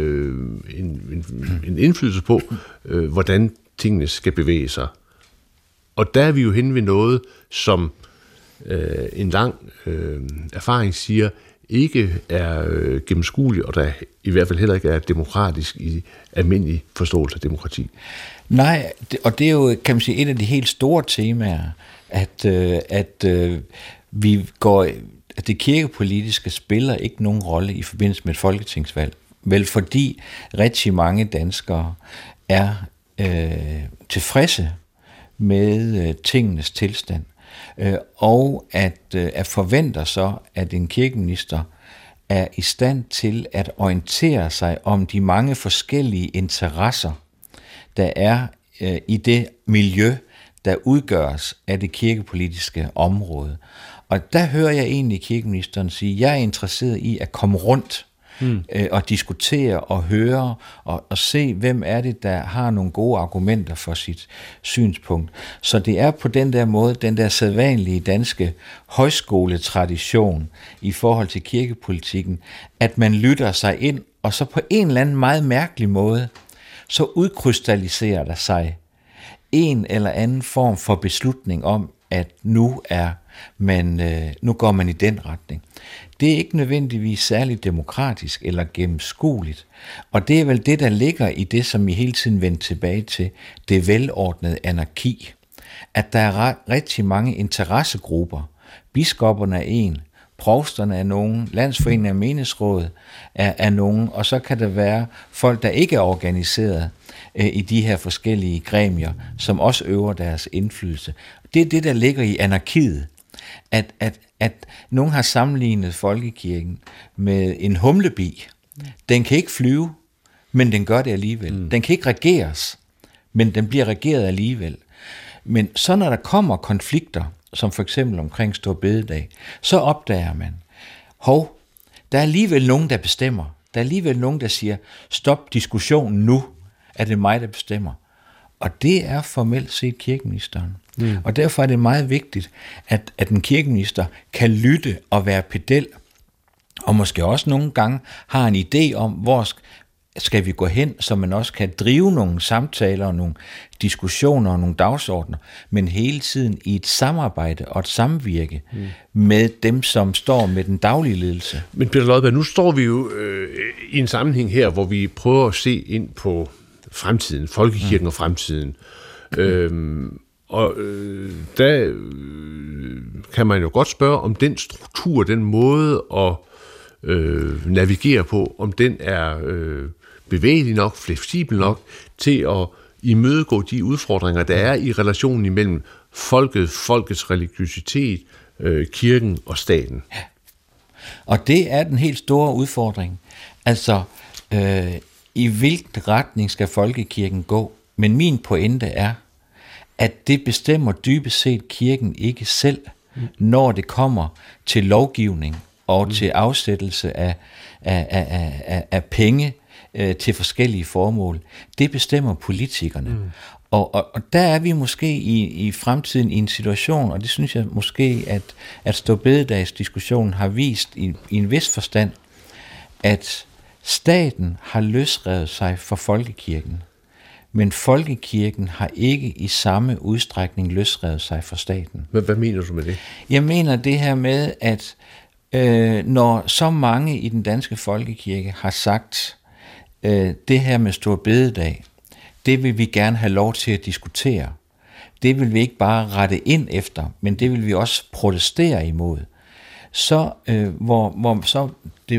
en indflydelse på, hvordan tingene skal bevæge sig. Og der er vi jo henne ved noget, som en lang erfaring siger, ikke er gennemskuelig, og der i hvert fald heller ikke er demokratisk i almindelig forståelse af demokrati. Nej, og det er jo, kan man sige, et af de helt store temaer, at vi går, at det kirkepolitiske spiller ikke nogen rolle i forbindelse med et folketingsvalg. Vel fordi rigtig mange danskere er tilfredse med tingenes tilstand, og at forventer så, at en kirkeminister er i stand til at orientere sig om de mange forskellige interesser, der er i det miljø, der udgøres af det kirkepolitiske område. Og der hører jeg egentlig kirkeministeren sige, at jeg er interesseret i at komme rundt og diskutere og høre og se, hvem er det, der har nogle gode argumenter for sit synspunkt. Så det er på den der måde, den der sædvanlige danske højskoletradition i forhold til kirkepolitikken, at man lytter sig ind, og så på en eller anden meget mærkelig måde, så udkrystalliserer der sig en eller anden form for beslutning om, at nu går man i den retning. Det er ikke nødvendigvis særlig demokratisk eller gennemskueligt, og det er vel det, der ligger i det, som I hele tiden vendte tilbage til, det velordnede anarki. At der er rigtig mange interessegrupper. Biskopperne er en, provsterne er nogen, Landsforeningen af Menighedsråd er nogen, og så kan der være folk, der ikke er organiseret i de her forskellige gremier, som også øver deres indflydelse. Det er det, der ligger i anarkiet. At nogen har sammenlignet folkekirken med en humlebi. Den kan ikke flyve, men den gør det alligevel. Den kan ikke regeres, men den bliver regeret alligevel. Men så når der kommer konflikter, som for eksempel omkring Store Bededag, så opdager man, der er alligevel nogen, der bestemmer. Der er alligevel nogen, der siger, stop diskussionen nu, er det mig, der bestemmer. Og det er formelt set kirkeministeren. Og derfor er det meget vigtigt, at en kirkeminister kan lytte og være pedel, og måske også nogle gange har en idé om, hvor skal vi gå hen, så man også kan drive nogle samtaler, nogle diskussioner og nogle dagsordner, men hele tiden i et samarbejde og et samvirke med dem, som står med den daglige ledelse. Men Peter Lodberg, nu står vi jo i en sammenhæng her, hvor vi prøver at se ind på fremtiden, folkekirken og fremtiden. Der kan man jo godt spørge, om den struktur, den måde at navigere på, om den er bevægelig nok, fleksibel nok til at imødegå de udfordringer, der er i relationen imellem folkets religiøsitet, kirken og staten. Ja. Og det er den helt store udfordring. Altså, i hvilken retning skal folkekirken gå? Men min pointe er, at det bestemmer dybest set kirken ikke selv, når det kommer til lovgivning og til afsættelse af penge til forskellige formål. Det bestemmer politikerne. Og der er vi måske i fremtiden i en situation, og det synes jeg måske, at Store Bededagsdiskussionen har vist i en vis forstand, at staten har løsrevet sig fra folkekirken, men folkekirken har ikke i samme udstrækning løsrevet sig fra staten. Hvad mener du med det? Jeg mener det her med, at når så mange i den danske folkekirke har sagt, det her med Store Bededag, det vil vi gerne have lov til at diskutere. Det vil vi ikke bare rette ind efter, men det vil vi også protestere imod. Så hvor så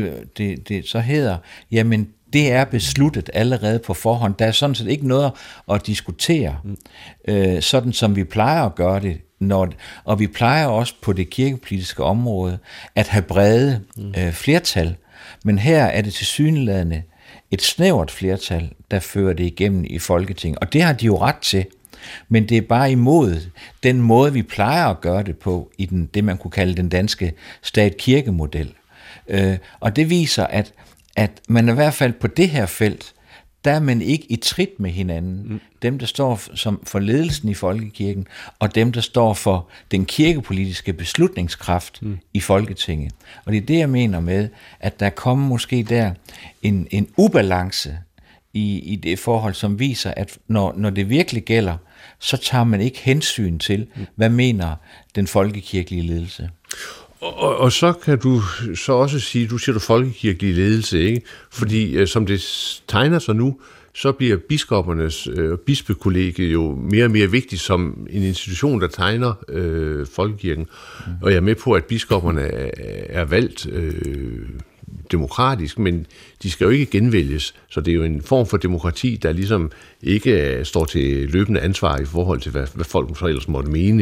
det så hedder, jamen det er besluttet allerede på forhånd. Der er sådan set ikke noget at diskutere, sådan som vi plejer at gøre det. Og vi plejer også på det kirkepolitiske område at have brede flertal. Men her er det tilsyneladende et snævert flertal, der fører det igennem i Folketinget. Og det har de jo ret til. Men det er bare imod den måde, vi plejer at gøre det på, i det man kunne kalde den danske stat-kirke-model. Og det viser, at man i hvert fald på det her felt, der er man ikke i trit med hinanden. Dem, der står for ledelsen i folkekirken, og dem, der står for den kirkepolitiske beslutningskraft i Folketinget. Og det er det, jeg mener med, at der kommer måske der en ubalance i det forhold, som viser, at når det virkelig gælder, så tager man ikke hensyn til, hvad mener den folkekirkelige ledelse. Og så kan du så også sige, du siger folkekirkelig ledelse, ikke? Fordi som det tegner sig nu, så bliver biskoppernes bispekollegiet jo mere og mere vigtigt som en institution, der tegner folkekirken. Og jeg er med på, at biskopperne er valgt demokratisk, men de skal jo ikke genvælges. Så det er jo en form for demokrati, der ligesom ikke står til løbende ansvar i forhold til, hvad folk så ellers måtte mene.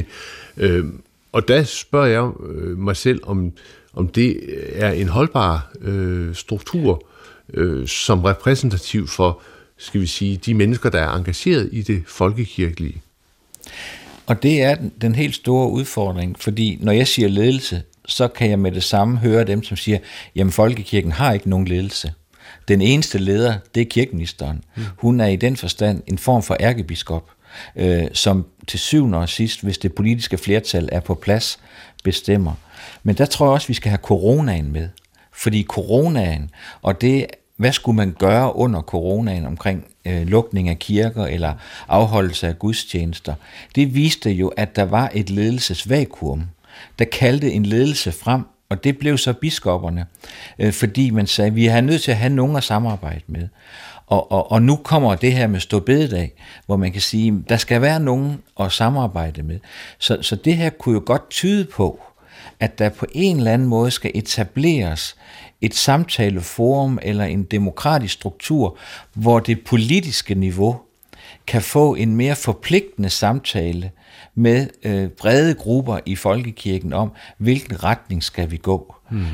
Og der spørger jeg mig selv, om det er en holdbar struktur som repræsentativ for, skal vi sige, de mennesker, der er engageret i det folkekirkelige. Og det er den helt store udfordring, fordi når jeg siger ledelse, så kan jeg med det samme høre dem, som siger, jamen folkekirken har ikke nogen ledelse. Den eneste leder, det er kirkeministeren. Hun er i den forstand en form for ærkebiskop, som til syvende og sidst, hvis det politiske flertal er på plads, bestemmer. Men der tror jeg også, vi skal have coronaen med. Fordi coronaen, og det, hvad skulle man gøre under coronaen omkring lukning af kirker eller afholdelse af gudstjenester, det viste jo, at der var et ledelsesvakuum, der kaldte en ledelse frem, og det blev så biskopperne, fordi man sagde, at vi er nødt til at have nogen at samarbejde med. Og nu kommer det her med storbededag, hvor man kan sige, at der skal være nogen at samarbejde med. Så det her kunne jo godt tyde på, at der på en eller anden måde skal etableres et samtaleforum eller en demokratisk struktur, hvor det politiske niveau kan få en mere forpligtende samtale med brede grupper i folkekirken om, hvilken retning skal vi gå.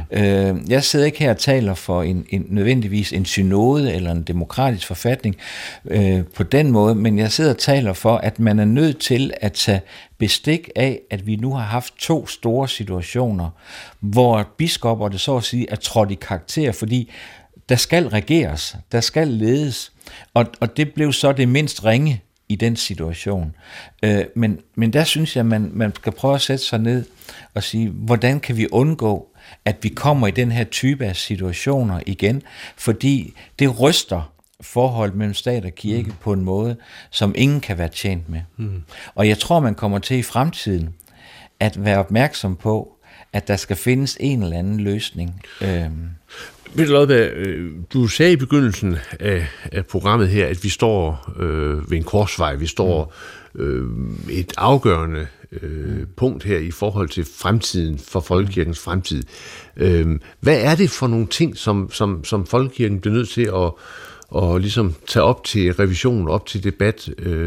Jeg sidder ikke her og taler for nødvendigvis en synode eller en demokratisk forfatning på den måde, men jeg sidder og taler for, at man er nødt til at tage bestik af, at vi nu har haft 2 store situationer, hvor biskopper, det så at sige, er trådt i karakter, fordi der skal regeres, der skal ledes, og det blev så det mindst ringe i den situation. Men der synes jeg, man skal prøve at sætte sig ned og sige, hvordan kan vi undgå, at vi kommer i den her type af situationer igen, fordi det ryster forhold mellem stat og kirke på en måde, som ingen kan være tjent med. Og jeg tror, man kommer til i fremtiden at være opmærksom på, at der skal findes en eller anden løsning. Peter Lodberg, du sagde i begyndelsen af programmet her, at vi står ved en korsvej, vi står et afgørende punkt her i forhold til fremtiden, for folkekirkens fremtid. Hvad er det for nogle ting, som folkekirken bliver nødt til at ligesom tage op til revision, op til debat?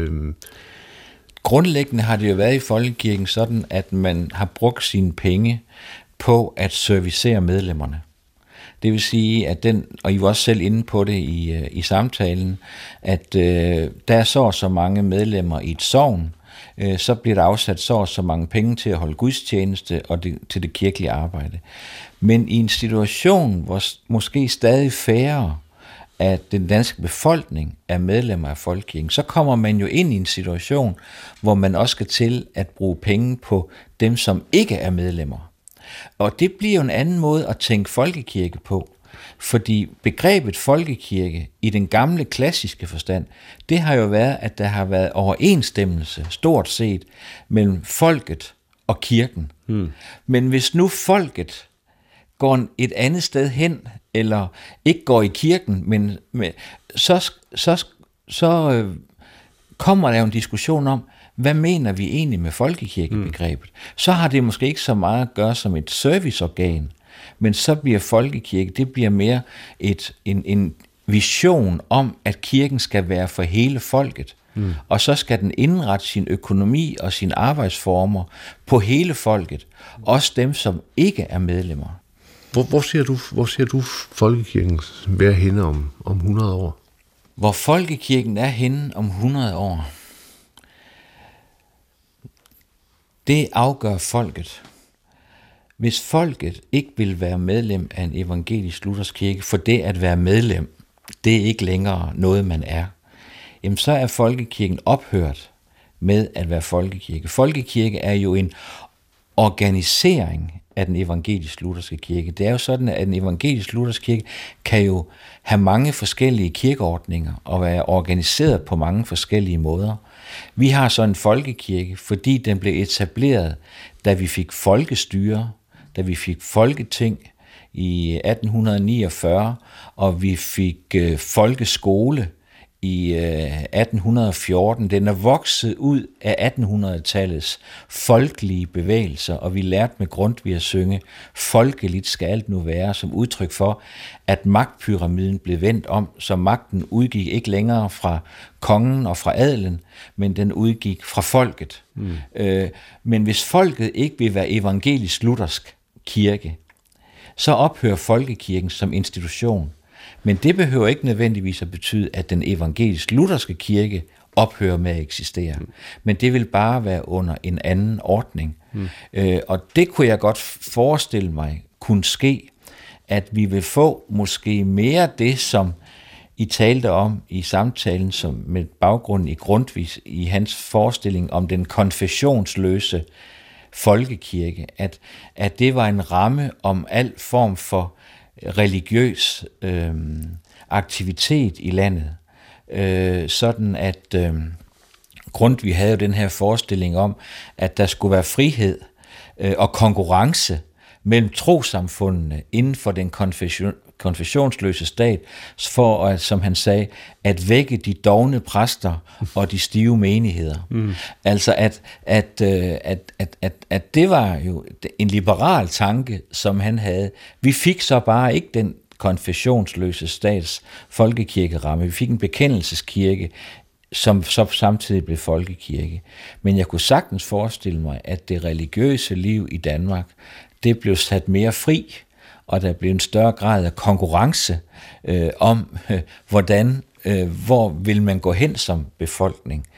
Grundlæggende har det jo været i folkekirken sådan, at man har brugt sine penge på at servicere medlemmerne. Det vil sige, at og I var også selv inde på det i samtalen, at der er så mange medlemmer i et sogn, så bliver der afsat så mange penge til at holde gudstjeneste og til det kirkelige arbejde. Men i en situation, hvor måske stadig færre af den danske befolkning er medlemmer af folkekirken, så kommer man jo ind i en situation, hvor man også skal til at bruge penge på dem, som ikke er medlemmer. Og det bliver jo en anden måde at tænke folkekirke på, fordi begrebet folkekirke i den gamle klassiske forstand, det har jo været, at der har været overensstemmelse stort set mellem folket og kirken. Men hvis nu folket går et andet sted hen, eller ikke går i kirken, men så kommer der jo en diskussion om, hvad mener vi egentlig med folkekirkebegrebet? Så har det måske ikke så meget at gøre som et serviceorgan, men så bliver folkekirke, det bliver mere en vision om, at kirken skal være for hele folket. Og så skal den indrette sin økonomi og sine arbejdsformer på hele folket, også dem, som ikke er medlemmer. Hvor ser du folkekirken være henne om 100 år? Hvor folkekirken er henne om 100 år, det afgør folket. Hvis folket ikke vil være medlem af en evangelisk-luthersk kirke, for det at være medlem, det er ikke længere noget, man er, jamen så er folkekirken ophørt med at være folkekirke. Folkekirke er jo en organisering af den evangelisk-lutherske kirke. Det er jo sådan, at en evangelisk-luthersk kirke kan jo have mange forskellige kirkeordninger og være organiseret på mange forskellige måder. Vi har så en folkekirke, fordi den blev etableret, da vi fik folkestyre, da vi fik folketing i 1849, og vi fik folkeskole i 1814. Den er vokset ud af 1800-tallets folkelige bevægelser, og vi lærte med Grundtvig at synge, folkeligt skal alt nu være, som udtryk for, at magtpyramiden blev vendt om, så magten udgik ikke længere fra kongen og fra adelen, men den udgik fra folket. Men hvis folket ikke vil være evangelisk-luthersk kirke, så ophører folkekirken som institution. Men det behøver ikke nødvendigvis at betyde, at den evangelisk-lutherske kirke ophøre med at eksistere. Men det vil bare være under en anden ordning. Og det kunne jeg godt forestille mig kunne ske, at vi vil få måske mere det, som I talte om i samtalen som med baggrund i Grundtvig, i hans forestilling om den konfessionsløse folkekirke, at det var en ramme om al form for religiøs aktivitet i landet. Sådan at Grundtvig havde jo den her forestilling om, at der skulle være frihed og konkurrence mellem trossamfundene inden for den konfessionsløse stat, for at, som han sagde, at vække de dovne præster og de stive menigheder. Altså at det var jo en liberal tanke, som han havde. Vi fik så bare ikke den konfessionsløse stats folkekirkeramme. Vi fik en bekendelseskirke, som så samtidig blev folkekirke. Men jeg kunne sagtens forestille mig, at det religiøse liv i Danmark, det blev sat mere fri, og der blev en større grad af konkurrence om, hvor vil man gå hen som befolkning.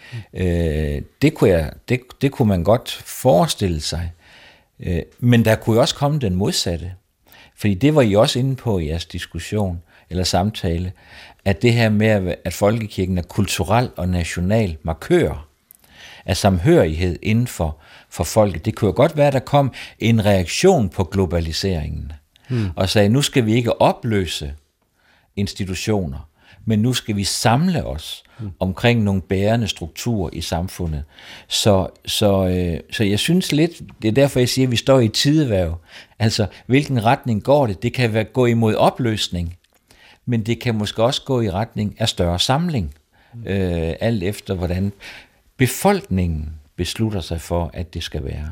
Det kunne man godt forestille sig. Men der kunne jo også komme den modsatte. Fordi det var I også inde på i jeres diskussion eller samtale, at det her med, at folkekirken er kulturel og national markør af samhørighed inden for folket. Det kunne jo godt være, at der kom en reaktion på globaliseringen, og sagde, nu skal vi ikke opløse institutioner, men nu skal vi samle os omkring nogle bærende strukturer i samfundet. Så jeg synes lidt, det er derfor, jeg siger, at vi står i et tideværv. Altså, hvilken retning går det? Det kan gå imod opløsning, men det kan måske også gå i retning af større samling, alt efter hvordan befolkningen beslutter sig for, at det skal være.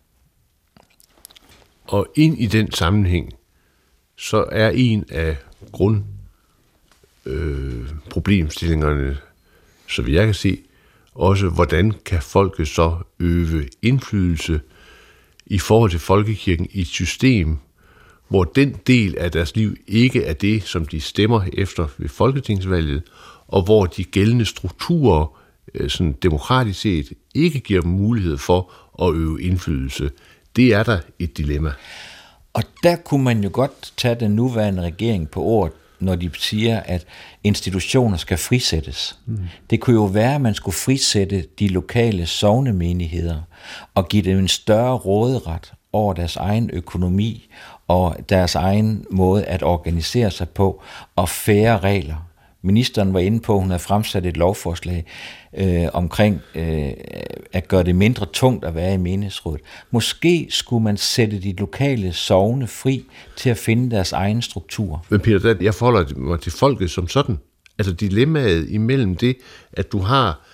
Og ind i den sammenhæng, så er en af problemstillingerne, så vi jeg kan se, også hvordan kan folket så øve indflydelse i forhold til folkekirken i et system, hvor den del af deres liv ikke er det, som de stemmer efter ved folketingsvalget, og hvor de gældende strukturer, sådan demokratisk set, ikke giver dem mulighed for at øve indflydelse. Det er der et dilemma. Og der kunne man jo godt tage den nuværende regering på ordet, når de siger, at institutioner skal frisættes. Det kunne jo være, at man skulle frisætte de lokale sognemenigheder og give dem en større råderet over deres egen økonomi og deres egen måde at organisere sig på, og færre regler. Ministeren var inde på, at hun havde fremsat et lovforslag omkring at gøre det mindre tungt at være i menighedsrådet. Måske skulle man sætte de lokale sogne fri til at finde deres egen struktur. Men Peter, jeg forholder mig til folket som sådan. Altså dilemmaet imellem det, at du har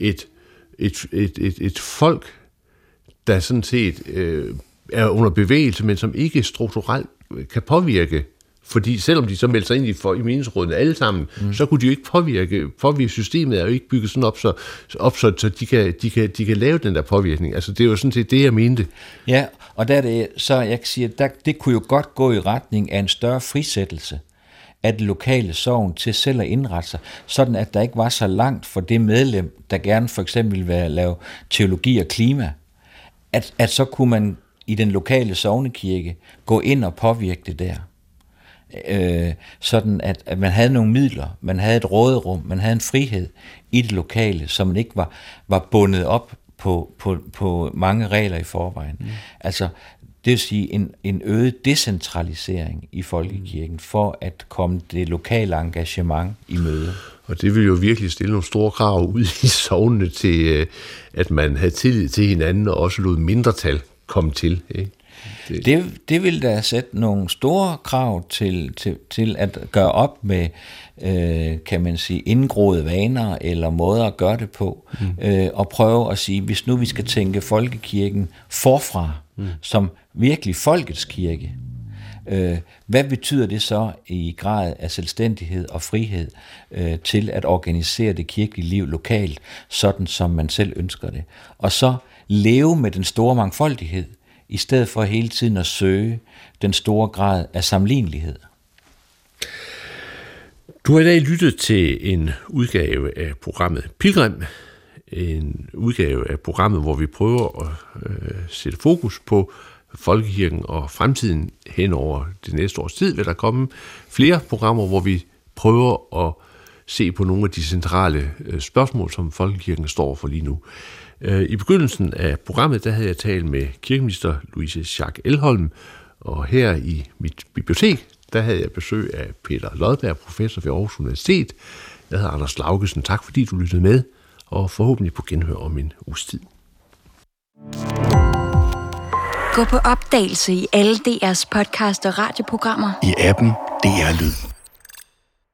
et folk, der sådan set er under bevægelse, men som ikke strukturelt kan påvirke. Fordi selvom de så melder sig ind i menighedsrådene alle sammen, så kunne de jo ikke påvirke systemet, er jo ikke bygget sådan op, så de kan lave den der påvirkning. Altså det er jo sådan set det, jeg mente. Ja, og der er det, så jeg kan sige, at det kunne jo godt gå i retning af en større frisættelse af det lokale sogn til selv at indrette sig, sådan at der ikke var så langt for det medlem, der gerne for eksempel vil lave teologi og klima, at så kunne man i den lokale sognekirke gå ind og påvirke det der. Sådan at man havde nogle midler, man havde et råderum, man havde en frihed i det lokale, så man ikke var bundet op på mange regler i forvejen. Altså, det vil sige en øget decentralisering i folkekirken, for at komme det lokale engagement i møde. Og det vil jo virkelig stille nogle store krav ud i sognene til, at man havde tillid til hinanden, og også lod mindretal komme til, ikke? Det vil da sætte nogle store krav til at gøre op med, kan man sige, indgroede vaner eller måder at gøre det på, og prøve at sige, hvis nu vi skal tænke folkekirken forfra, som virkelig folkets kirke, hvad betyder det så i grad af selvstændighed og frihed til at organisere det kirkelige liv lokalt, sådan som man selv ønsker det, og så leve med den store mangfoldighed, i stedet for hele tiden at søge den store grad af sammenlignelighed. Du har i dag lyttet til en udgave af programmet Pilgrim. En udgave af programmet, hvor vi prøver at sætte fokus på folkekirken og fremtiden hen over det næste års tid. Vil der komme flere programmer, hvor vi prøver at se på nogle af de centrale spørgsmål, som folkekirken står for lige nu. I begyndelsen af programmet, der havde jeg talt med kirkeminister Louise Schack Elholm, og her i mit bibliotek, der havde jeg besøg af Peter Lodberg, professor ved Aarhus Universitet. Jeg hedder Anders Laugesen. Tak fordi du lyttede med, og forhåbentlig på genhør om en uges tid. Gå på opdagelse i alle DR's podcast og radioprogrammer. I appen DR Lyd.